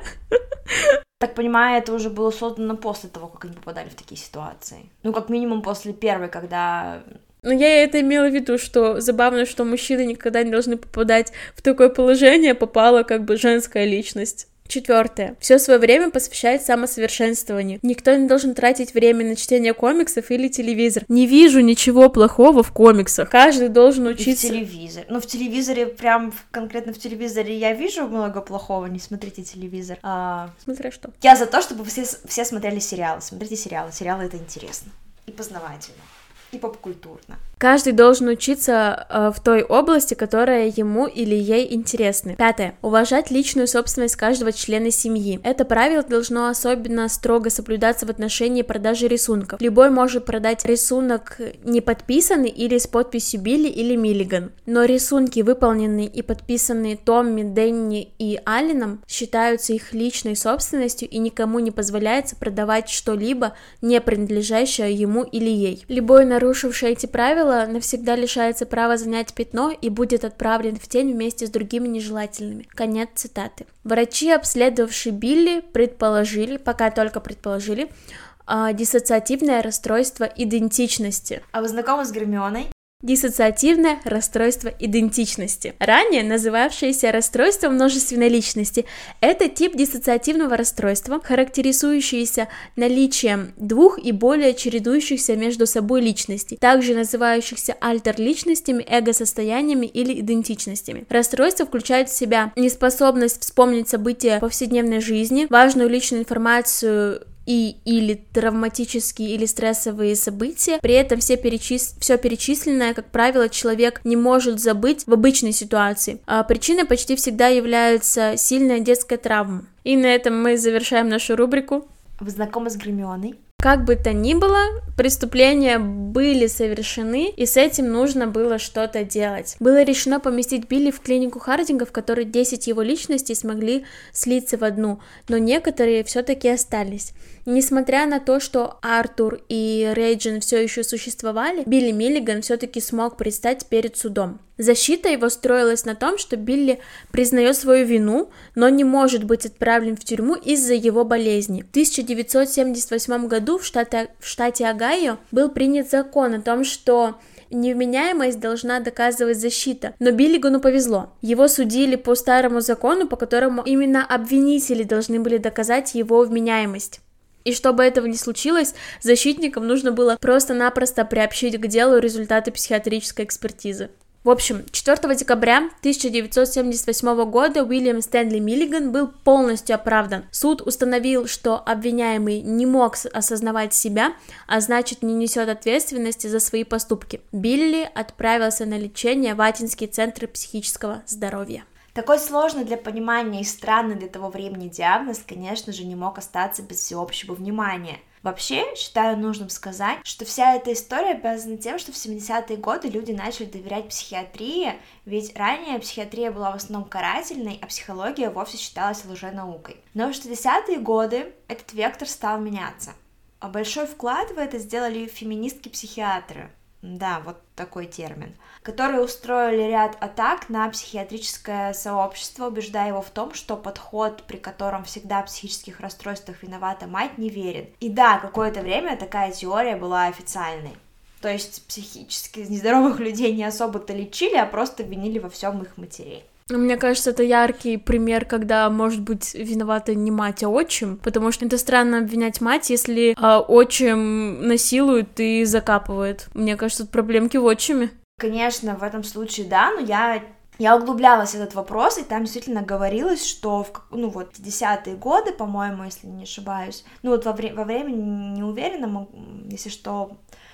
Так понимаю, это уже было создано после того, как они попадали в такие ситуации. Ну, как минимум после первой, когда... Ну, я это имела в виду, что забавно, что мужчины никогда не должны попадать в такое положение, попала как бы женская личность. Четвертое. Все свое время посвящает самосовершенствованию. Никто не должен тратить время на чтение комиксов или телевизор. Не вижу ничего плохого в комиксах. Каждый должен учиться... И в телевизоре. Ну, в телевизоре, прям конкретно в телевизоре я вижу много плохого. Не смотрите телевизор. А... Смотря что. Я за то, чтобы все, все смотрели сериалы. Смотрите сериалы. Сериалы — это интересно. И познавательно. И поп-культурно. Каждый должен учиться э, в той области, которая ему или ей интересны. Пятое. Уважать личную собственность каждого члена семьи. Это правило должно особенно строго соблюдаться в отношении продажи рисунков. Любой может продать рисунок не подписанный или с подписью Билли или Миллиган. Но рисунки, выполненные и подписанные Томми, Дэнни и Алленом, считаются их личной собственностью и никому не позволяется продавать что-либо, не принадлежащее ему или ей. Любой нарушивший эти правила навсегда лишается права занять пятно и будет отправлен в тень вместе с другими нежелательными. Конец цитаты. Врачи, обследовавшие Билли, предположили, пока только предположили, э, диссоциативное расстройство идентичности. А вы знакомы с Гермионой? Диссоциативное расстройство идентичности, ранее называвшееся расстройством множественной личности. Это тип диссоциативного расстройства, характеризующийся наличием двух и более чередующихся между собой личностей, также называющихся альтер-личностями, эго-состояниями или идентичностями. Расстройство включает в себя неспособность вспомнить события повседневной жизни, важную личную информацию и или травматические или стрессовые события. При этом все, перечис... все перечисленное, как правило, человек не может забыть в обычной ситуации. А причиной почти всегда является сильная детская травма. И на этом мы завершаем нашу рубрику. Вы знакомы с Гермионой? Как бы то ни было, преступления были совершены, и с этим нужно было что-то делать. Было решено поместить Билли в клинику Хардинга, в которой десять его личностей смогли слиться в одну, но некоторые все-таки остались. Несмотря на то, что Артур и Рейджин все еще существовали, Билли Миллиган все-таки смог предстать перед судом. Защита его строилась на том, что Билли признает свою вину, но не может быть отправлен в тюрьму из-за его болезни. В тысяча девятьсот семьдесят восьмом году в штате, в штате Огайо был принят закон о том, что невменяемость должна доказывать защита, но Биллигану повезло. Его судили по старому закону, по которому именно обвинители должны были доказать его вменяемость. И чтобы этого не случилось, защитникам нужно было просто-напросто приобщить к делу результаты психиатрической экспертизы. В общем, четвёртого декабря тысяча девятьсот семьдесят восьмого года Уильям Стэнли Миллиган был полностью оправдан. Суд установил, что обвиняемый не мог осознавать себя, а значит не несет ответственности за свои поступки. Билли отправился на лечение в Атинский центр психического здоровья. Такой сложный для понимания и странный для того времени диагноз, конечно же, не мог остаться без всеобщего внимания. Вообще, считаю нужным сказать, что вся эта история обязана тем, что в семидесятые годы люди начали доверять психиатрии, ведь ранее психиатрия была в основном карательной, а психология вовсе считалась лженаукой. Но в шестидесятые годы этот вектор стал меняться. А большой вклад в это сделали феминистки-психиатры. Да, вот такой термин, которые устроили ряд атак на психиатрическое сообщество, убеждая его в том, что подход, при котором всегда в психических расстройствах виновата мать, неверен. И да, какое-то время такая теория была официальной. То есть психически нездоровых людей не особо-то лечили, а просто винили во всем их матерей. Мне кажется, это яркий пример, когда, может быть, виновата не мать, а отчим, потому что это странно обвинять мать, если э, отчим насилует и закапывает. Мне кажется, тут проблемки в отчиме. Конечно, в этом случае да, но я... Я углублялась в этот вопрос, и там действительно говорилось, что в, ну, вот, пятидесятые годы, по-моему, если не ошибаюсь, ну вот во, вре- во времени не уверена, если что...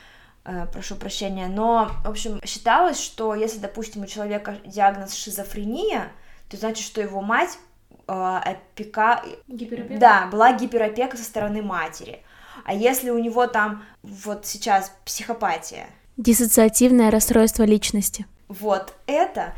прошу прощения, но, в общем, считалось, что если, допустим, у человека диагноз шизофрения, то значит, что его мать э, опека... Гиперопека? Да, была гиперопека со стороны матери. А если у него там вот сейчас психопатия? Диссоциативное расстройство личности. вот это,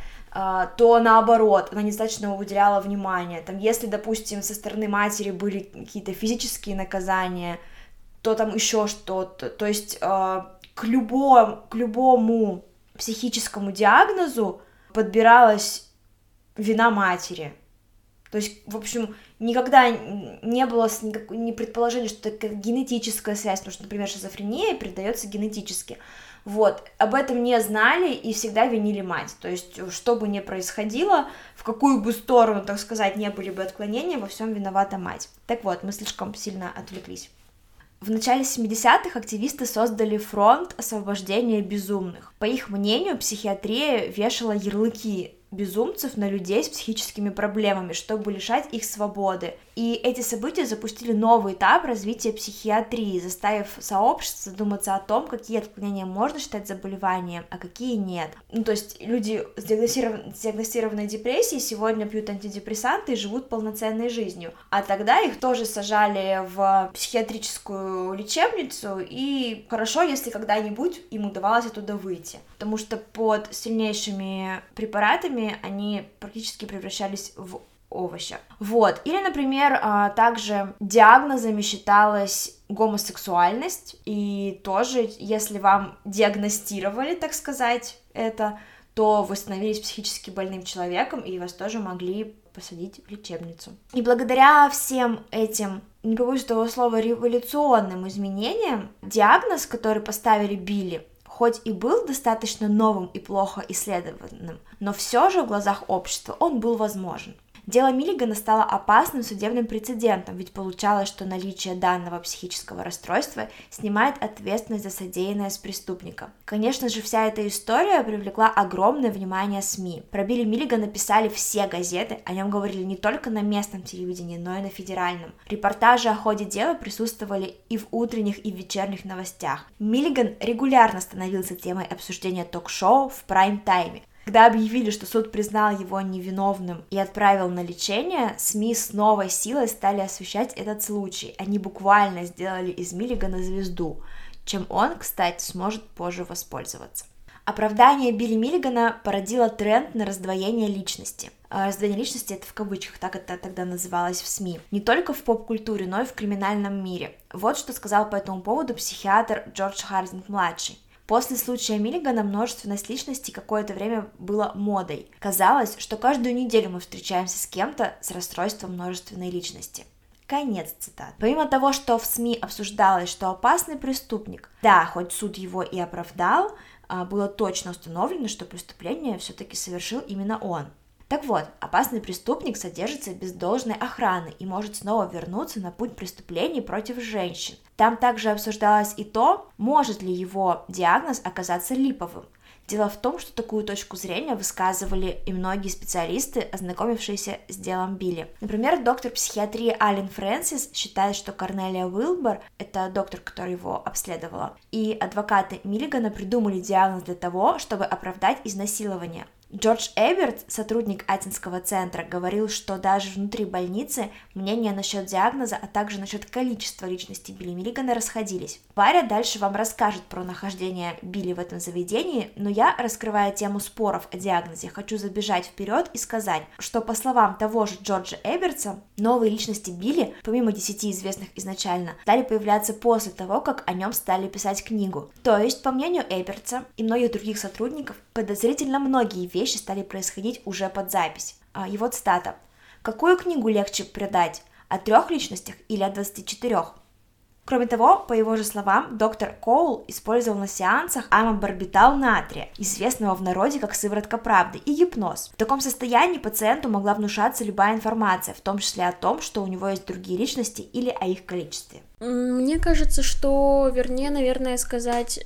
то наоборот, она недостаточно уделяла внимания. Там, если, допустим, со стороны матери были какие-то физические наказания, то там еще что-то. То есть к любому, к любому психическому диагнозу подбиралась вина матери. То есть, в общем, никогда не было ни предположения, что это генетическая связь, потому что, например, шизофрения передается генетически. Вот, об этом не знали и всегда винили мать. То есть, что бы ни происходило, в какую бы сторону, так сказать, не были бы отклонения, во всем виновата мать. Так вот, мы слишком сильно отвлеклись. В начале семидесятых активисты создали фронт освобождения безумных. По их мнению, психиатрия вешала ярлыки безумцев на людей с психическими проблемами, чтобы лишать их свободы. И эти события запустили новый этап развития психиатрии, заставив сообщество задуматься о том, какие отклонения можно считать заболеванием, а какие нет. Ну, то есть люди с, диагностиров... с диагностированной депрессией сегодня пьют антидепрессанты и живут полноценной жизнью, а тогда их тоже сажали в психиатрическую лечебницу, и хорошо, если когда-нибудь им удавалось оттуда выйти, потому что под сильнейшими препаратами они практически превращались в овощи. Вот. Или, например, также диагнозами считалась гомосексуальность, и тоже, если вам диагностировали, так сказать, это, то вы становились психически больным человеком, и вас тоже могли посадить в лечебницу. И благодаря всем этим, не побоюсь этого слова, революционным изменениям, диагноз, который поставили Билли, хоть и был достаточно новым и плохо исследованным, но все же в глазах общества он был возможен. Дело Миллигана стало опасным судебным прецедентом, ведь получалось, что наличие данного психического расстройства снимает ответственность за содеянное с преступника. Конечно же, вся эта история привлекла огромное внимание СМИ. Про Билли Миллигана писали все газеты, о нем говорили не только на местном телевидении, но и на федеральном. Репортажи о ходе дела присутствовали и в утренних, и в вечерних новостях. Миллиган регулярно становился темой обсуждения ток-шоу в прайм-тайме. Когда объявили, что суд признал его невиновным и отправил на лечение, СМИ с новой силой стали освещать этот случай. Они буквально сделали из Миллигана звезду, чем он, кстати, сможет позже воспользоваться. Оправдание Билли Миллигана породило тренд на раздвоение личности. Раздвоение личности — это в кавычках, так это тогда называлось в СМИ. Не только в поп-культуре, но и в криминальном мире. Вот что сказал по этому поводу психиатр Джордж Хардинг-младший. После случая Миллигана множественность личностей какое-то время было модой. Казалось, что каждую неделю мы встречаемся с кем-то с расстройством множественной личности. Конец цитат. Помимо того, что в СМИ обсуждалось, что опасный преступник, да, хоть суд его и оправдал, было точно установлено, что преступление все-таки совершил именно он. Так вот, опасный преступник содержится без должной охраны и может снова вернуться на путь преступлений против женщин. Там также обсуждалось и то, может ли его диагноз оказаться липовым. Дело в том, что такую точку зрения высказывали и многие специалисты, ознакомившиеся с делом Билли. Например, доктор психиатрии Ален Фрэнсис считает, что Корнелия Уилбер, это доктор, который его обследовала, и адвокаты Миллигана придумали диагноз для того, чтобы оправдать изнасилование. Джордж Эберт, сотрудник Атинского центра, говорил, что даже внутри больницы мнения насчет диагноза, а также насчет количества личностей Билли Миллигана расходились. Варя дальше вам расскажет про нахождение Билли в этом заведении, но я, раскрывая тему споров о диагнозе, хочу забежать вперед и сказать, что по словам того же Джорджа Эбертса, новые личности Билли, помимо десяти известных изначально, стали появляться после того, как о нем стали писать книгу. То есть, по мнению Эбертса и многих других сотрудников, подозрительно многие вещи стали происходить уже под запись. Его цитата. «Какую книгу легче продать? О трех личностях или о двадцати четырех?» Кроме того, по его же словам, доктор Коул использовал на сеансах амобарбитал натрия, известного в народе как сыворотка правды, и гипноз. В таком состоянии пациенту могла внушаться любая информация, в том числе о том, что у него есть другие личности или о их количестве. Мне кажется, что, вернее, наверное, сказать,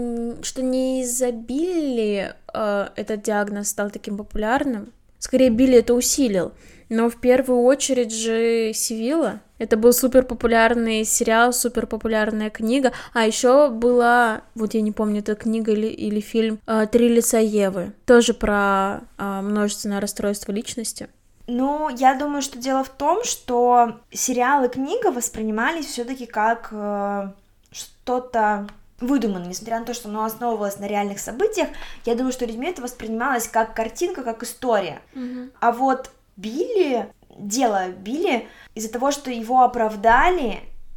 что не из-за Билли э, этот диагноз стал таким популярным. Скорее, Билли это усилил. Но в первую очередь же Сивилла. Это был супер популярный сериал, супер популярная книга. А еще была, вот я не помню, это книга или, или фильм «Три лица Евы». Тоже про э, множественное расстройство личности. Ну, я думаю, что дело в том, что сериал и книга воспринимались все-таки как э, что-то выдумано, несмотря на то, что оно основывалось на реальных событиях, я думаю, что людьми это воспринималось как картинка, как история. Mm-hmm. А вот Билли, дело Билли, из-за того, что его оправдали,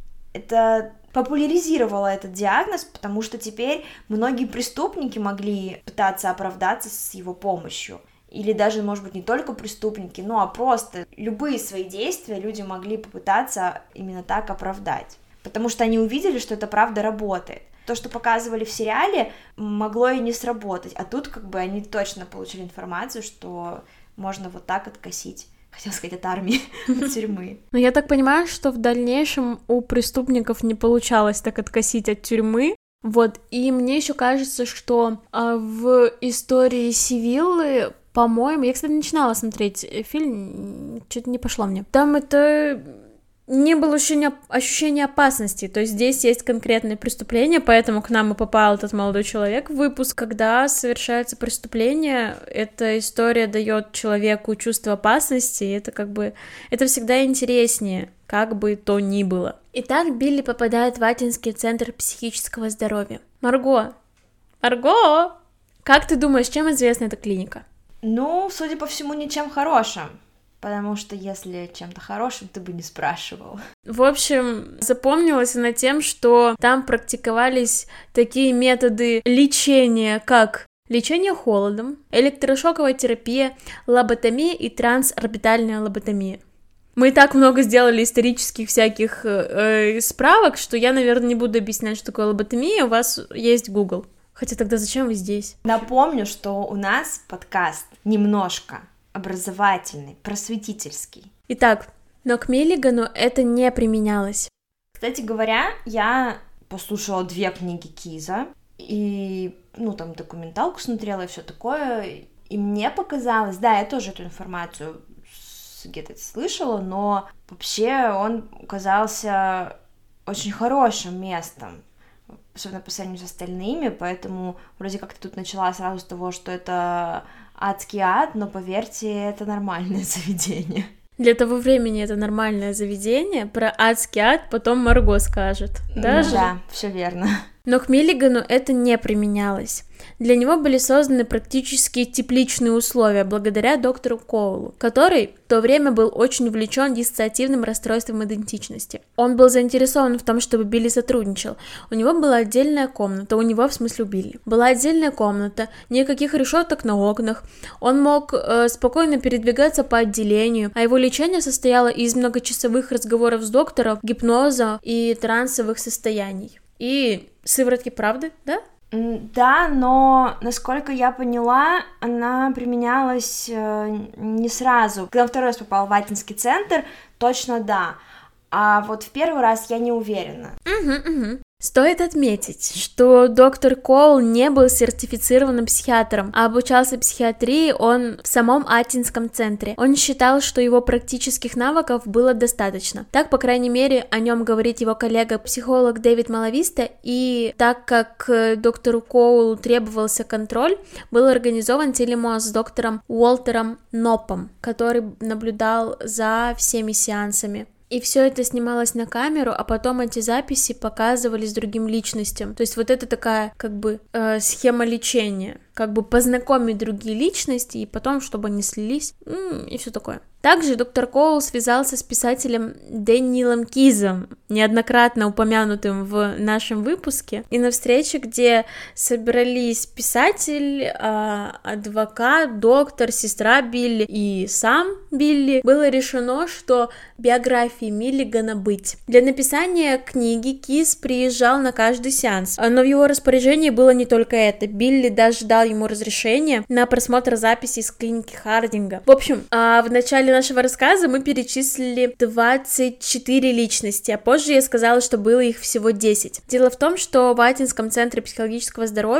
это популяризировало этот диагноз, потому что теперь многие преступники могли пытаться оправдаться с его помощью. Или даже, может быть, не только преступники, ну а просто любые свои действия люди могли попытаться именно так оправдать. Потому что они увидели, что это правда работает. То, что показывали в сериале, могло и не сработать. А тут как бы они точно получили информацию, что можно вот так откосить. Хотела сказать, от армии, от тюрьмы. Но я так понимаю, что в дальнейшем у преступников не получалось так откосить от тюрьмы. Вот, и мне еще кажется, что а, в истории Сивиллы, по-моему, я, кстати, начинала смотреть фильм, что-то не пошло мне. Там это... не было ощущения, ощущения опасности, то есть здесь есть конкретное преступление, поэтому к нам и попал этот молодой человек в выпуск. Когда совершается преступление, эта история дает человеку чувство опасности, и это как бы, это всегда интереснее, как бы то ни было. Итак, Билли попадает в Атинский центр психического здоровья. Марго, Марго, как ты думаешь, чем известна эта клиника? Ну, судя по всему, ничем хорошим. Потому что если чем-то хорошим, ты бы не спрашивал. В общем, запомнилась она тем, что там практиковались такие методы лечения, как лечение холодом, электрошоковая терапия, лоботомия и трансорбитальная лоботомия. Мы и так много сделали исторических всяких э, справок, что я, наверное, не буду объяснять, что такое лоботомия, у вас есть Google. Хотя тогда зачем вы здесь? Напомню, что у нас подкаст немножко образовательный, просветительский. Итак, но к Миллигану это не применялось. Кстати говоря, я послушала две книги Киза, и, ну, там, документалку смотрела и все такое, и мне показалось, да, я тоже эту информацию где-то слышала, но вообще он казался очень хорошим местом, особенно по сравнению с остальными, поэтому вроде как ты тут начала сразу с того, что это адский ад, но поверьте, это нормальное заведение. Для того времени это нормальное заведение, про адский ад потом Марго скажет. Даже? Да, все верно. Но к Миллигану это не применялось. Для него были созданы практически тепличные условия благодаря доктору Коулу, который в то время был очень увлечен диссоциативным расстройством идентичности. Он был заинтересован в том, чтобы Билли сотрудничал. У него была отдельная комната, у него, в смысле, у Билли. Была отдельная комната, никаких решеток на окнах. Он мог э, спокойно передвигаться по отделению, а его лечение состояло из многочасовых разговоров с доктором, гипноза и трансовых состояний. И сыворотки правды, да? Да, но, насколько я поняла, она применялась э, не сразу. Когда второй раз попал в Атинский центр, точно да. А вот в первый раз я не уверена. Угу, угу. Стоит отметить, что доктор Коул не был сертифицированным психиатром, а обучался психиатрии он в самом Атинском центре. Он считал, что его практических навыков было достаточно. Так, по крайней мере, о нем говорит его коллега-психолог Дэвид Малависта, и так как доктору Коулу требовался контроль, был организован телемост с доктором Уолтером Нопом, который наблюдал за всеми сеансами. И все это снималось на камеру, а потом эти записи показывались другим личностям. То есть вот это такая, как бы, э, схема лечения. Как бы познакомить другие личности, и потом, чтобы они слились, м- и все такое. Также доктор Коул связался с писателем Дэниелом Кизом, неоднократно упомянутым в нашем выпуске, и на встрече, где собрались писатель, адвокат, доктор, сестра Билли и сам Билли, было решено, что биографии Миллигана быть. Для написания книги Киз приезжал на каждый сеанс, но в его распоряжении было не только это. Билли даже дал ему разрешение на просмотр записей из клиники Хардинга. В общем, в начале нашего рассказа мы перечислили двадцать четыре личности, а позже я сказала, что было их всего десять. Дело в том, что в Атинском центре психологического здоровья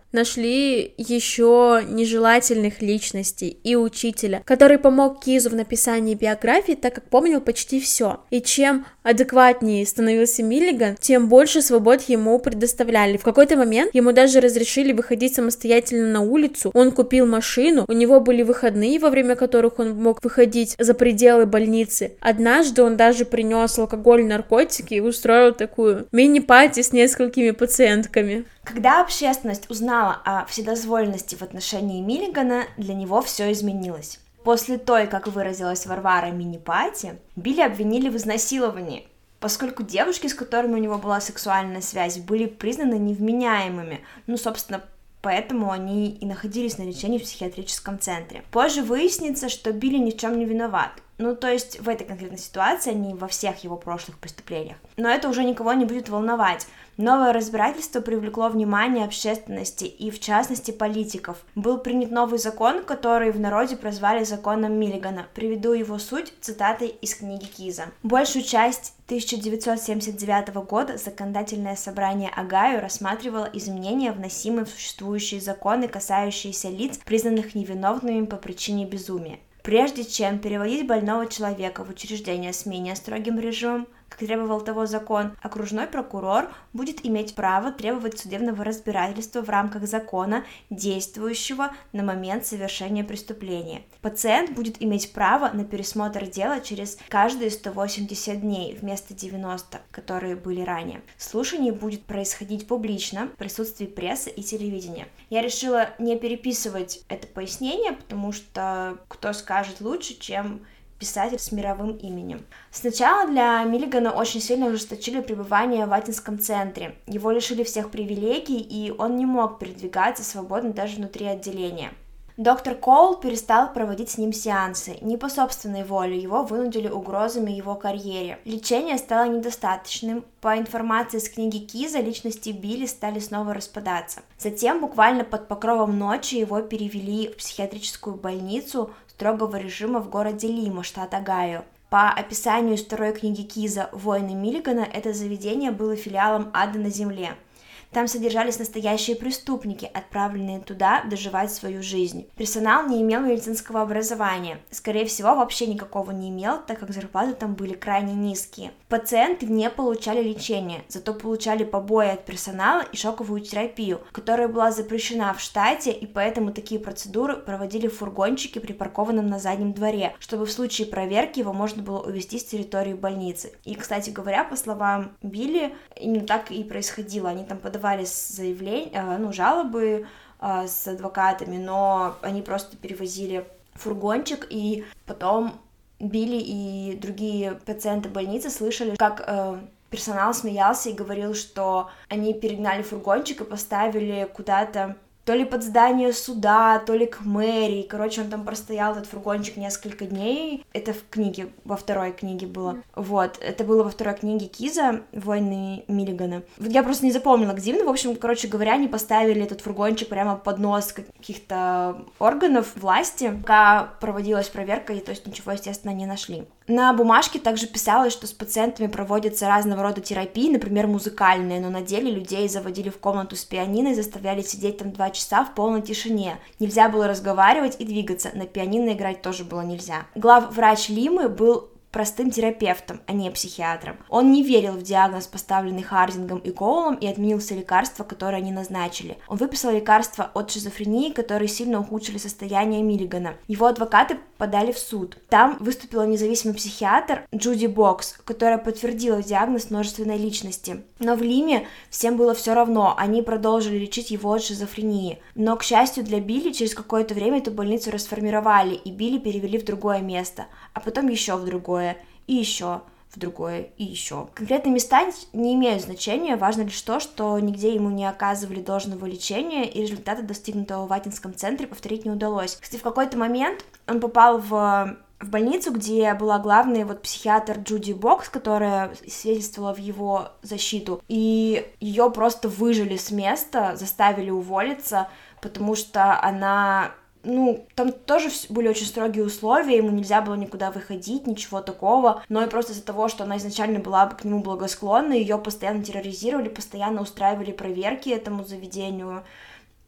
нашли еще нежелательных личностей и учителя, который помог Кизу в написании биографии, так как помнил почти все. И чем адекватнее становился Миллиган, тем больше свобод ему предоставляли. В какой-то момент ему даже разрешили выходить самостоятельно на улицу, он купил машину, у него были выходные, во время которых он мог выходить за пределы больницы. Однажды он даже принес алкоголь, наркотики и устроил такую мини-пати с несколькими пациентками. Когда общественность узнала о вседозволенности в отношении Миллигана, для него все изменилось. После той, как выразилась Варвара, мини-пати, Билли обвинили в изнасиловании, поскольку девушки, с которыми у него была сексуальная связь, были признаны невменяемыми, ну, собственно, поэтому они и находились на лечении в психиатрическом центре. Позже выяснится, что Билли ни в чем не виноват. Ну, то есть в этой конкретной ситуации, а не во всех его прошлых преступлениях. Но это уже никого не будет волновать. Новое разбирательство привлекло внимание общественности и, в частности, политиков. Был принят новый закон, который в народе прозвали законом Миллигана. Приведу его суть цитатой из книги Киза. Большую часть тысяча девятьсот семьдесят девятого года законодательное собрание Огайо рассматривало изменения, вносимые в существующие законы, касающиеся лиц, признанных невиновными по причине безумия. Прежде чем переводить больного человека в учреждение с менее строгим режимом, как требовал того закон, окружной прокурор будет иметь право требовать судебного разбирательства в рамках закона, действующего на момент совершения преступления. Пациент будет иметь право на пересмотр дела через каждые сто восемьдесят дней вместо девяноста, которые были ранее. Слушание будет происходить публично в присутствии прессы и телевидения. Я решила не переписывать это пояснение, потому что кто скажет лучше, чем писатель с мировым именем. Сначала для Миллигана очень сильно ужесточили пребывание в Ватинском центре. Его лишили всех привилегий, и он не мог передвигаться свободно даже внутри отделения. Доктор Коул перестал проводить с ним сеансы. Не по собственной воле, его вынудили угрозами его карьере. Лечение стало недостаточным. По информации из книги Киза, личности Билли стали снова распадаться. Затем, буквально под покровом ночи, его перевели в психиатрическую больницу строгого режима в городе Лима, штат Огайо. По описанию из второй книги Киза «Войны Миллигана» это заведение было филиалом ада на земле. Там содержались настоящие преступники, отправленные туда доживать свою жизнь. Персонал не имел медицинского образования. Скорее всего, вообще никакого не имел, так как зарплаты там были крайне низкие. Пациенты не получали лечения, зато получали побои от персонала и шоковую терапию, которая была запрещена в штате, и поэтому такие процедуры проводили в фургончике, припаркованном на заднем дворе, чтобы в случае проверки его можно было увезти с территории больницы. И, кстати говоря, по словам Билли, именно так и происходило. Они там подавали заявления, ну, жалобы э, с адвокатами, но они просто перевозили фургончик, и потом Билли и другие пациенты больницы слышали, как э, персонал смеялся и говорил, что они перегнали фургончик и поставили куда-то то ли под здание суда, то ли к мэрии. Короче, он там простоял, этот фургончик, несколько дней. Это в книге, во второй книге было. Вот, это было во второй книге Киза «Войны Миллигана». Я просто не запомнила, где именно. В общем, короче говоря, они поставили этот фургончик прямо под нос каких-то органов власти, пока проводилась проверка, и то есть ничего, естественно, не нашли. На бумажке также писалось, что с пациентами проводятся разного рода терапии, например, музыкальные, но на деле людей заводили в комнату с пианино и заставляли сидеть там два часа в полной тишине. Нельзя было разговаривать и двигаться, на пианино играть тоже было нельзя. Главврач Лимы был простым терапевтом, а не психиатром. Он не верил в диагноз, поставленный Хардингом и Коулом, и отменил все лекарства, которые они назначили. Он выписал лекарства от шизофрении, которые сильно ухудшили состояние Миллигана. Его адвокаты подали в суд. Там выступила независимый психиатр Джуди Бокс, которая подтвердила диагноз множественной личности. Но в Лиме всем было все равно, они продолжили лечить его от шизофрении. Но, к счастью для Билли, через какое-то время эту больницу расформировали, и Билли перевели в другое место, а потом еще в другое. И еще в другое, и еще. Конкретные места не имеют значения, важно лишь то, что нигде ему не оказывали должного лечения, и результаты, достигнутого в Ватинском центре, повторить не удалось. Кстати, в какой-то момент он попал в... в больницу, где была главный вот психиатр Джуди Бокс, которая свидетельствовала в его защиту, и ее просто выжили с места, заставили уволиться, потому что она... Ну, там тоже были очень строгие условия, ему нельзя было никуда выходить, ничего такого, но и просто из-за того, что она изначально была к нему благосклонна, ее постоянно терроризировали, постоянно устраивали проверки этому заведению,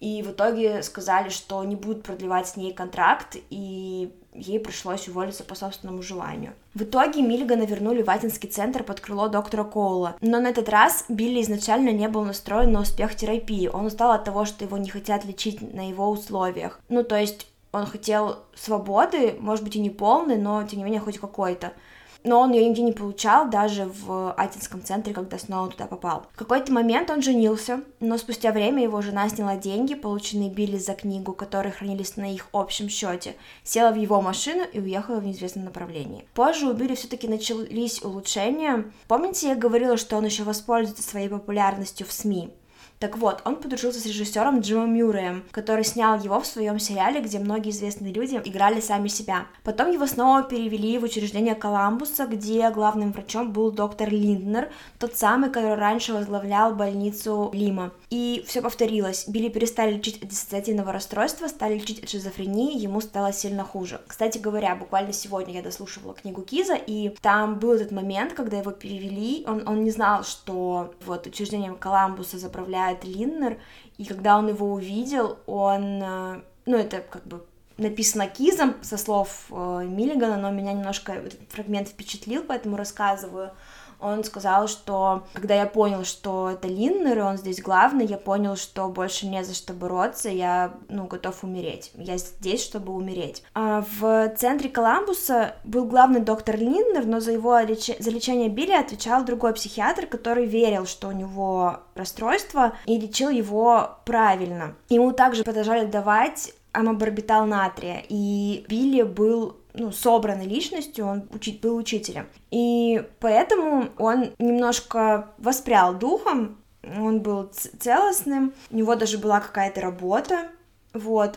и в итоге сказали, что не будут продлевать с ней контракт, и ей пришлось уволиться по собственному желанию. В итоге Миллигана вернули в Атинский центр под крыло доктора Коула, но на этот раз Билли изначально не был настроен на успех терапии, он устал от того, что его не хотят лечить на его условиях, ну то есть он хотел свободы, может быть и не полной, но тем не менее хоть какой-то. Но он ее нигде не получал, даже в Атинском центре, когда снова туда попал. В какой-то момент он женился, но спустя время его жена сняла деньги, полученные Билли за книгу, которые хранились на их общем счете, села в его машину и уехала в неизвестном направлении. Позже у Билли все-таки начались улучшения. Помните, я говорила, что он еще воспользуется своей популярностью в СМИ? Так вот, он подружился с режиссером Джимом Мюрреем, который снял его в своем сериале, где многие известные люди играли сами себя. Потом его снова перевели в учреждение Коламбуса, где главным врачом был доктор Линднер, тот самый, который раньше возглавлял больницу Лима. И все повторилось. Билли перестали лечить от диссоциативного расстройства, стали лечить от шизофрении, ему стало сильно хуже. Кстати говоря, буквально сегодня я дослушивала книгу Киза, и там был этот момент, когда его перевели, он, он не знал, что вот учреждением Коламбуса заправляет Линднер, и когда он его увидел, он, ну, это как бы написано Кизом со слов э, Миллигана, но меня немножко этот фрагмент впечатлил, поэтому рассказываю. Он сказал, что когда я понял, что это Линднер, и он здесь главный, я понял, что больше не за что бороться, я, ну, готов умереть. Я здесь, чтобы умереть. А в центре Коламбуса был главный доктор Линднер, но за его леч... за лечение Билли отвечал другой психиатр, который верил, что у него расстройство, и лечил его правильно. Ему также продолжали давать амобарбитал натрия, и Билли был, ну, собранной личностью, он учи- был учителем. И поэтому он немножко воспрял духом, он был ц- целостным, у него даже была какая-то работа, вот.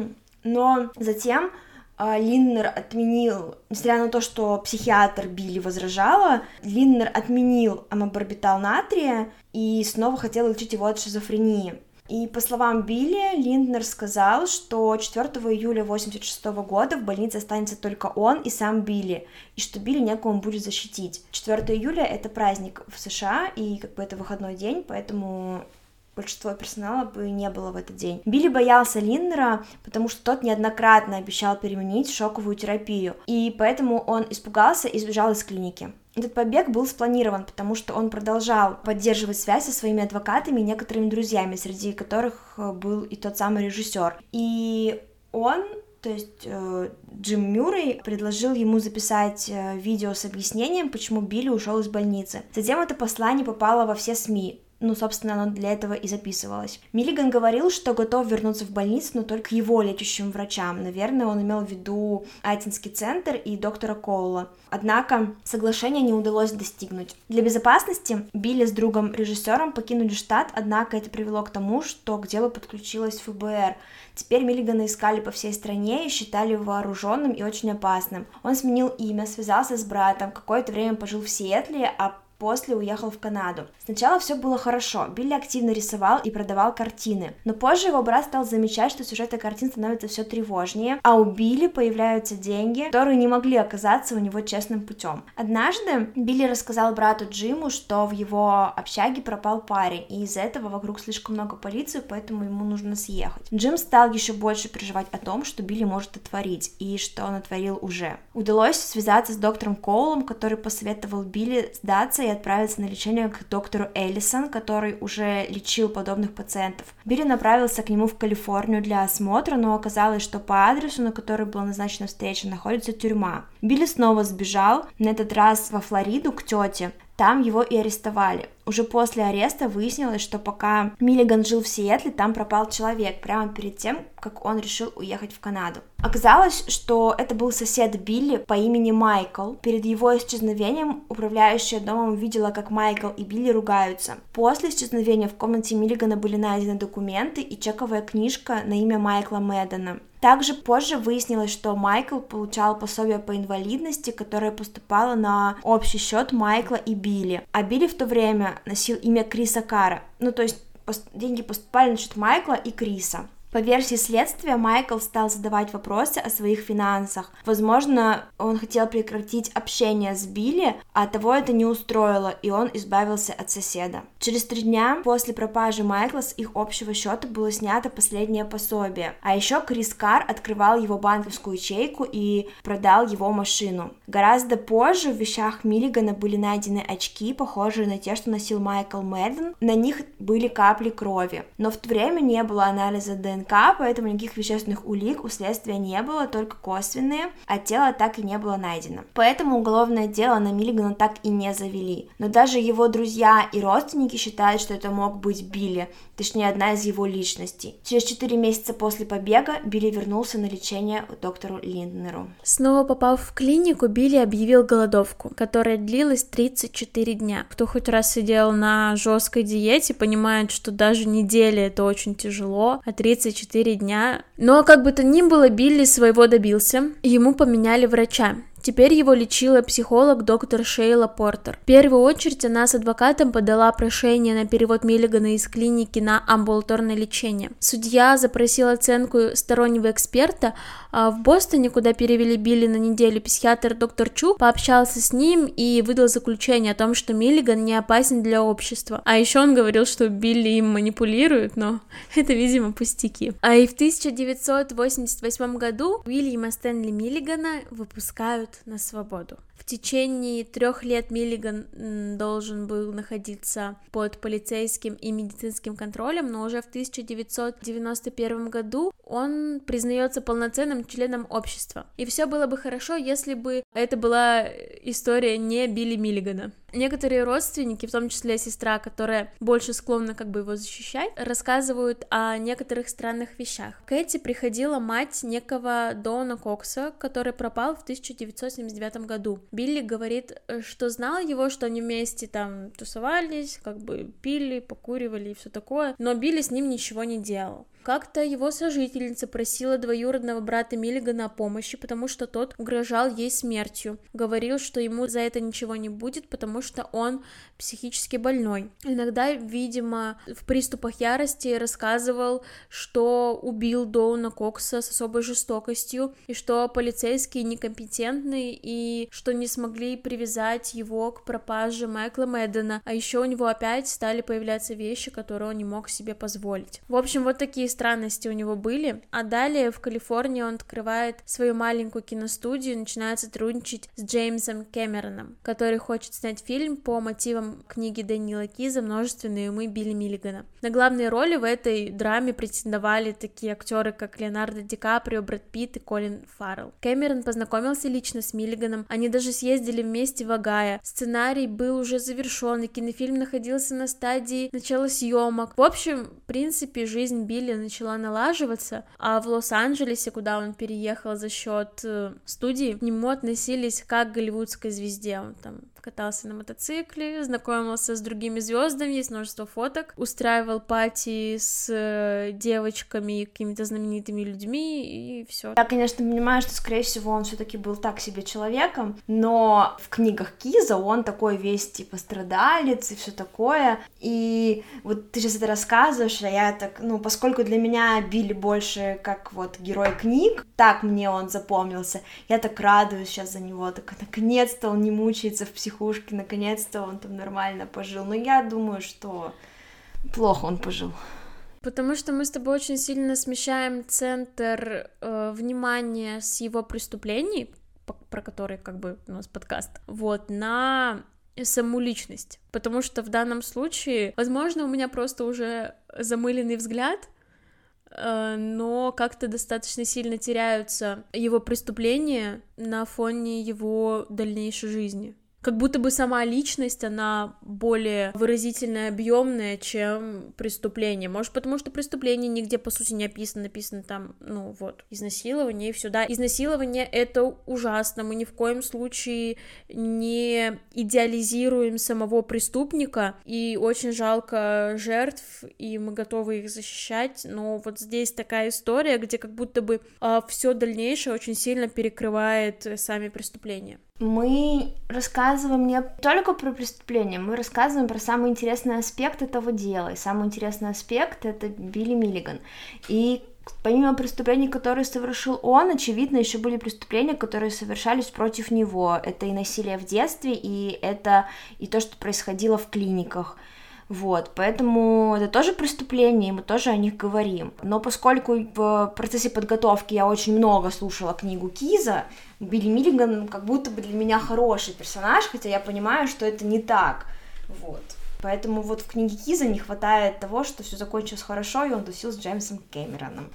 Но затем э, Линднер отменил, несмотря на то, что психиатр Билли возражала, Линднер отменил амобарбитал натрия и снова хотел лечить его от шизофрении. И по словам Билли, Линднер сказал, что четвёртого июля восемьдесят шестого года в больнице останется только он и сам Билли, и что Билли некому будет защитить. четвёртого июля — это праздник в США, и как бы это выходной день, поэтому большинство персонала бы не было в этот день. Билли боялся Линднера, потому что тот неоднократно обещал применить шоковую терапию, и поэтому он испугался и сбежал из клиники. Этот побег был спланирован, потому что он продолжал поддерживать связь со своими адвокатами и некоторыми друзьями, среди которых был и тот самый режиссер. И он, то есть э, Джим Мюррей, предложил ему записать э, видео с объяснением, почему Билли ушел из больницы. Затем это послание попало во все СМИ. Ну, собственно, оно для этого и записывалось. Миллиган говорил, что готов вернуться в больницу, но только к его лечащим врачам. Наверное, он имел в виду Атинский центр и доктора Коула. Однако соглашения не удалось достигнуть. Для безопасности Билли с другом-режиссером покинули штат, однако это привело к тому, что к делу подключилась эф бэ эр. Теперь Миллигана искали по всей стране и считали вооруженным и очень опасным. Он сменил имя, связался с братом, какое-то время пожил в Сиэтле, а после уехал в Канаду. Сначала все было хорошо, Билли активно рисовал и продавал картины, но позже его брат стал замечать, что сюжеты картин становятся все тревожнее, а у Билли появляются деньги, которые не могли оказаться у него честным путем. Однажды Билли рассказал брату Джиму, что в его общаге пропал парень, и из-за этого вокруг слишком много полиции, поэтому ему нужно съехать. Джим стал еще больше переживать о том, что Билли может отворить, и что он отворил уже. Удалось связаться с доктором Коулом, который посоветовал Билли сдаться и отправиться на лечение к доктору Эллисон, который уже лечил подобных пациентов. Билли направился к нему в Калифорнию для осмотра, но оказалось, что по адресу, на который была назначена встреча, находится тюрьма. Билли снова сбежал, на этот раз во Флориду к тете. Там его и арестовали. Уже после ареста выяснилось, что пока Миллиган жил в Сиэтле, там пропал человек, прямо перед тем, как он решил уехать в Канаду. Оказалось, что это был сосед Билли по имени Майкл. Перед его исчезновением управляющая домом увидела, как Майкл и Билли ругаются. После исчезновения в комнате Миллигана были найдены документы и чековая книжка на имя Майкла Мэддена. Также позже выяснилось, что Майкл получал пособие по инвалидности, которое поступало на общий счет Майкла и Билли. А Билли в то время носил имя Криса Кара. Ну, то есть деньги поступали на счет Майкла и Криса. По версии следствия, Майкл стал задавать вопросы о своих финансах. Возможно, он хотел прекратить общение с Билли, а того это не устроило, и он избавился от соседа. Через три дня после пропажи Майкла с их общего счета было снято последнее пособие. А еще Крис Карр открывал его банковскую ячейку и продал его машину. Гораздо позже в вещах Миллигана были найдены очки, похожие на те, что носил Майкл Мэдден. На них были капли крови. Но в то время не было анализа ДНК, поэтому никаких вещественных улик у следствия не было, только косвенные, а тело так и не было найдено. Поэтому уголовное дело на Миллигана так и не завели. Но даже его друзья и родственники считают, что это мог быть Билли, точнее одна из его личностей. Через четыре месяца после побега Билли вернулся на лечение к доктору Линднеру. Снова попав в клинику, Билли объявил голодовку, которая длилась тридцать четыре дня. Кто хоть раз сидел на жесткой диете, понимает, что даже неделя это очень тяжело, а тридцать четыре дня... Но как бы то ни было, Билли своего добился, ему поменяли врача. Теперь его лечила психолог доктор Шейла Портер. В первую очередь она с адвокатом подала прошение на перевод Миллигана из клиники на амбулаторное лечение. Судья запросил оценку стороннего эксперта. А в Бостоне, куда перевели Билли на неделю, психиатр доктор Чу пообщался с ним и выдал заключение о том, что Миллиган не опасен для общества. А еще он говорил, что Билли им манипулирует, но это, видимо, пустяки. А и в тысяча девятьсот восемьдесят восьмом году Уильяма Стэнли Миллигана выпускают на свободу. В течение трех лет Миллиган должен был находиться под полицейским и медицинским контролем, но уже в тысяча девятьсот девяносто первом году он признается полноценным членом общества. И все было бы хорошо, если бы это была история не Билли Миллигана. Некоторые родственники, в том числе сестра, которая больше склонна как бы его защищать, рассказывают о некоторых странных вещах. К Кэти приходила мать некого Дона Кокса, который пропал в тысяча девятьсот семьдесят девятом году. Билли говорит, что знал его, что они вместе там тусовались, как бы пили, покуривали и все такое, но Билли с ним ничего не делал. Как-то его сожительница просила двоюродного брата Миллигана о помощи, потому что тот угрожал ей смертью. Говорил, что ему за это ничего не будет, потому что он психически больной. Иногда, видимо, в приступах ярости рассказывал, что убил Доуна Кокса с особой жестокостью, и что полицейские некомпетентны, и что не смогли привязать его к пропаже Майкла Мэддена. А еще у него опять стали появляться вещи, которые он не мог себе позволить. В общем, вот такие странности у него были, а далее в Калифорнии он открывает свою маленькую киностудию и начинает сотрудничать с Джеймсом Кэмероном, который хочет снять фильм по мотивам книги Дэниела Киза «Множественные умы Билли Миллигана». На главные роли в этой драме претендовали такие актеры, как Леонардо Ди Каприо, Брэд Питт и Колин Фаррелл. Кэмерон познакомился лично с Миллиганом, они даже съездили вместе в Огайо. Сценарий был уже завершен, и кинофильм находился на стадии начала съемок. В общем, в принципе, жизнь Билли начала налаживаться, а в Лос-Анджелесе, куда он переехал за счет э, студии, к нему относились как к голливудской звезде. Он там катался на мотоцикле, знакомился с другими звездами, есть множество фоток, устраивал пати с э, девочками и какими-то знаменитыми людьми, и все. Я, конечно, понимаю, что, скорее всего, он все-таки был так себе человеком, но в книгах Киза он такой весь, типа, страдалец и все такое, и вот ты сейчас это рассказываешь, а я так, ну, поскольку для меня Билли больше как вот герой книг, так мне он запомнился, я так радуюсь сейчас за него, так наконец-то он не мучается в психологии, наконец-то он там нормально пожил. Но я думаю, что плохо он пожил. Потому что мы с тобой очень сильно смещаем центр э, внимания с его преступлений, про которые как бы у нас подкаст, вот, на саму личность. Потому что в данном случае, возможно, у меня просто уже замыленный взгляд, э, но как-то достаточно сильно теряются его преступления на фоне его дальнейшей жизни. Как будто бы сама личность, она более выразительная, объемная, чем преступление. Может, потому что преступление нигде, по сути, не описано, написано там, ну вот, изнасилование и все, да. Изнасилование — это ужасно, мы ни в коем случае не идеализируем самого преступника, и очень жалко жертв, и мы готовы их защищать, но вот здесь такая история, где как будто бы а, все дальнейшее очень сильно перекрывает сами преступления. Мы рассказываем не только про преступления, мы рассказываем про самый интересный аспект этого дела. И самый интересный аспект — это Билли Миллиган. И Помимо преступлений, которые совершил он, очевидно, еще были преступления, которые совершались против него. Это и насилие в детстве, и это и то, что происходило в клиниках. Вот, поэтому это тоже преступление, и мы тоже о них говорим. Но поскольку в процессе подготовки я очень много слушала книгу Киза, Билли Миллиган как будто бы для меня хороший персонаж, хотя я понимаю, что это не так. Вот. Поэтому вот в книге Киза не хватает того, что все закончилось хорошо, и он тусил с Джеймсом Кэмероном.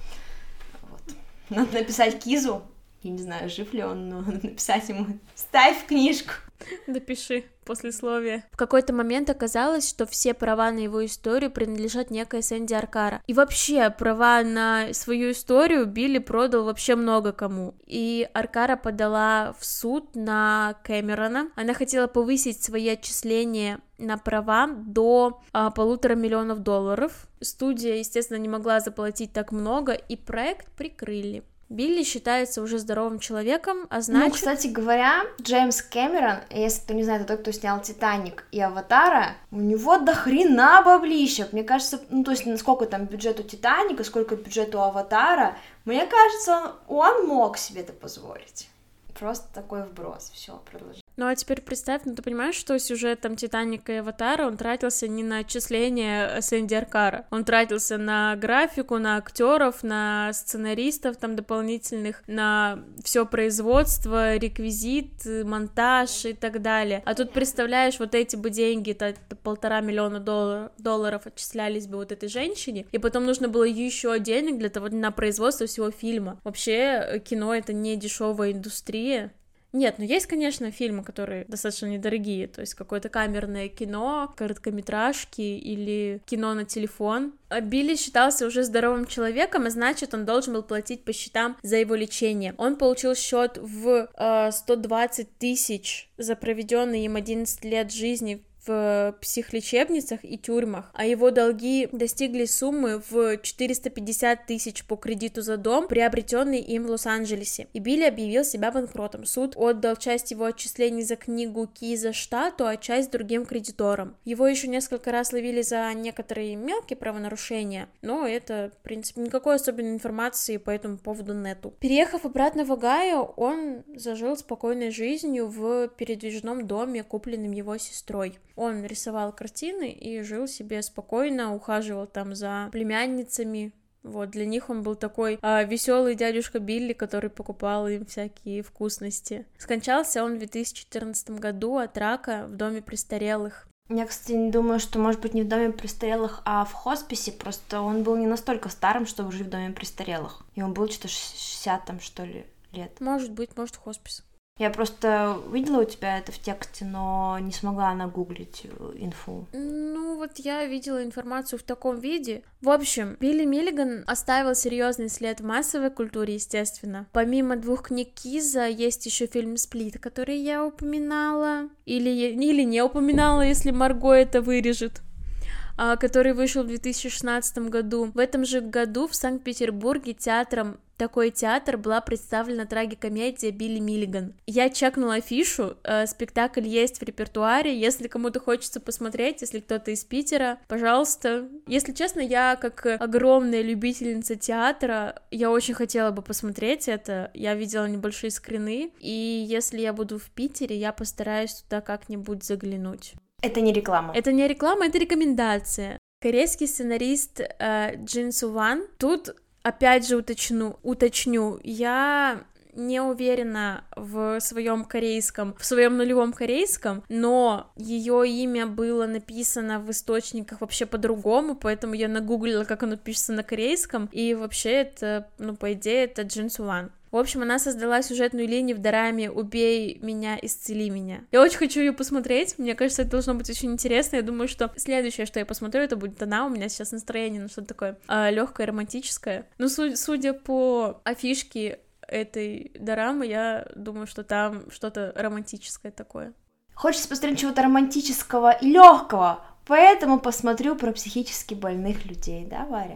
Вот. Надо написать Кизу, я не знаю, жив ли он, но надо написать ему «Ставь в книжку». Допиши послесловие. В какой-то момент оказалось, что все права на его историю принадлежат некой Сэнди Аркара. И вообще, права на свою историю Билли продал вообще много кому. И Аркара подала в суд на Кэмерона. Она хотела повысить свои отчисления на права до а, полутора миллионов долларов. Студия, естественно, не могла заплатить так много, и проект прикрыли. Билли считается уже здоровым человеком, а значит... Ну, кстати говоря, Джеймс Кэмерон, если кто не знает, это тот, кто снял «Титаник» и «Аватара», у него до хрена баблищек. Мне кажется, ну, то есть, насколько там бюджет у «Титаника», сколько бюджет у «Аватара», мне кажется, он, он мог себе это позволить. Просто такой вброс. Все, продолжи. Ну а теперь представь, ну ты понимаешь, что сюжет там «Титаника» и «Аватара», он тратился не на отчисления Сэнди Аркара, он тратился на графику, на актеров, на сценаристов там дополнительных, на все производство, реквизит, монтаж и так далее. А тут, представляешь, вот эти бы деньги, это полтора миллиона доллар, долларов отчислялись бы вот этой женщине, и потом нужно было еще денег для того, на производство всего фильма. Вообще, кино — это не дешевая индустрия. Нет, ну есть, конечно, фильмы, которые достаточно недорогие, то есть какое-то камерное кино, короткометражки или кино на телефон. А Билли считался уже здоровым человеком, а значит, он должен был платить по счетам за его лечение. Он получил счет в э, сто двадцать тысяч за проведенные им одиннадцать лет жизни в психлечебницах и тюрьмах, а его долги достигли суммы в четыреста пятьдесят тысяч по кредиту за дом, приобретенный им в Лос-Анджелесе. И Билли объявил себя банкротом. Суд отдал часть его отчислений за книгу Киза штату, а часть другим кредиторам. Его еще несколько раз ловили за некоторые мелкие правонарушения, но это, в принципе, никакой особенной информации по этому поводу нету. Переехав обратно в Огайо, он зажил спокойной жизнью в передвижном доме, купленном его сестрой. Он рисовал картины и жил себе спокойно, ухаживал там за племянницами. Вот, для них он был такой а, веселый дядюшка Билли, который покупал им всякие вкусности. Скончался он в две тысячи четырнадцатом году от рака в доме престарелых. Я, кстати, не думаю, что, может быть, не в доме престарелых, а в хосписе, просто он был не настолько старым, чтобы жить в доме престарелых. И он был что-то шестьдесят там, что ли, лет. Может быть, может, хоспис. Я просто видела у тебя это в тексте, но не смогла нагуглить инфу. Ну, вот я видела информацию в таком виде. В общем, Билли Миллиган оставил серьезный след в массовой культуре, естественно. Помимо двух книг Киза, есть еще фильм «Сплит», который я упоминала. Или, или не упоминала, если Марго это вырежет. Который вышел в две тысячи шестнадцатом году. В этом же году в Санкт-Петербурге театром «Такой театр» была представлена трагикомедия «Билли Миллиган». Я чекнула афишу, э, спектакль есть в репертуаре, если кому-то хочется посмотреть, если кто-то из Питера, пожалуйста. Если честно, я как огромная любительница театра, я очень хотела бы посмотреть это, я видела небольшие скрины, и если я буду в Питере, я постараюсь туда как-нибудь заглянуть. Это не реклама. Это не реклама, это рекомендация. Корейский сценарист э, Джин Су Ван. Тут, опять же, уточню, уточню, я не уверена в своем корейском, в своем нулевом корейском, но ее имя было написано в источниках вообще по-другому, поэтому я нагуглила, как оно пишется на корейском, и вообще это, ну, по идее, это Джин Су Ван. В общем, она создала сюжетную линию в дораме «Убей меня, исцели меня». Я очень хочу ее посмотреть, мне кажется, это должно быть очень интересно. Я думаю, что следующее, что я посмотрю, это будет она. У меня сейчас настроение на что-то такое э, легкое, романтическое. Но су- судя по афишке этой дорамы, я думаю, что там что-то романтическое такое. Хочется посмотреть чего-то романтического и легкого, поэтому посмотрю про психически больных людей, да, Варя?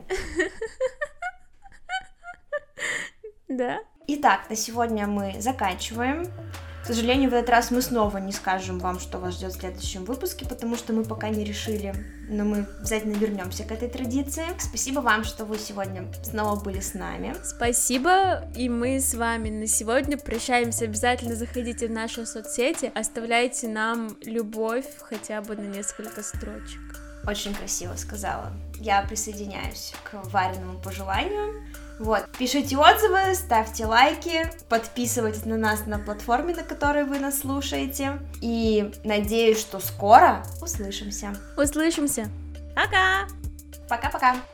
Да. Итак, на сегодня мы заканчиваем. К сожалению, в этот раз мы снова не скажем вам, что вас ждет в следующем выпуске, потому что мы пока не решили, но мы обязательно вернемся к этой традиции. Спасибо вам, что вы сегодня снова были с нами. Спасибо, и мы с вами на сегодня прощаемся. Обязательно заходите в наши соцсети, оставляйте нам любовь хотя бы на несколько строчек. Очень красиво сказала. Я присоединяюсь к Вариному пожеланию. Вот, пишите отзывы, ставьте лайки, подписывайтесь на нас на платформе, на которой вы нас слушаете. И надеюсь, что скоро услышимся. Услышимся. Пока! Пока-пока!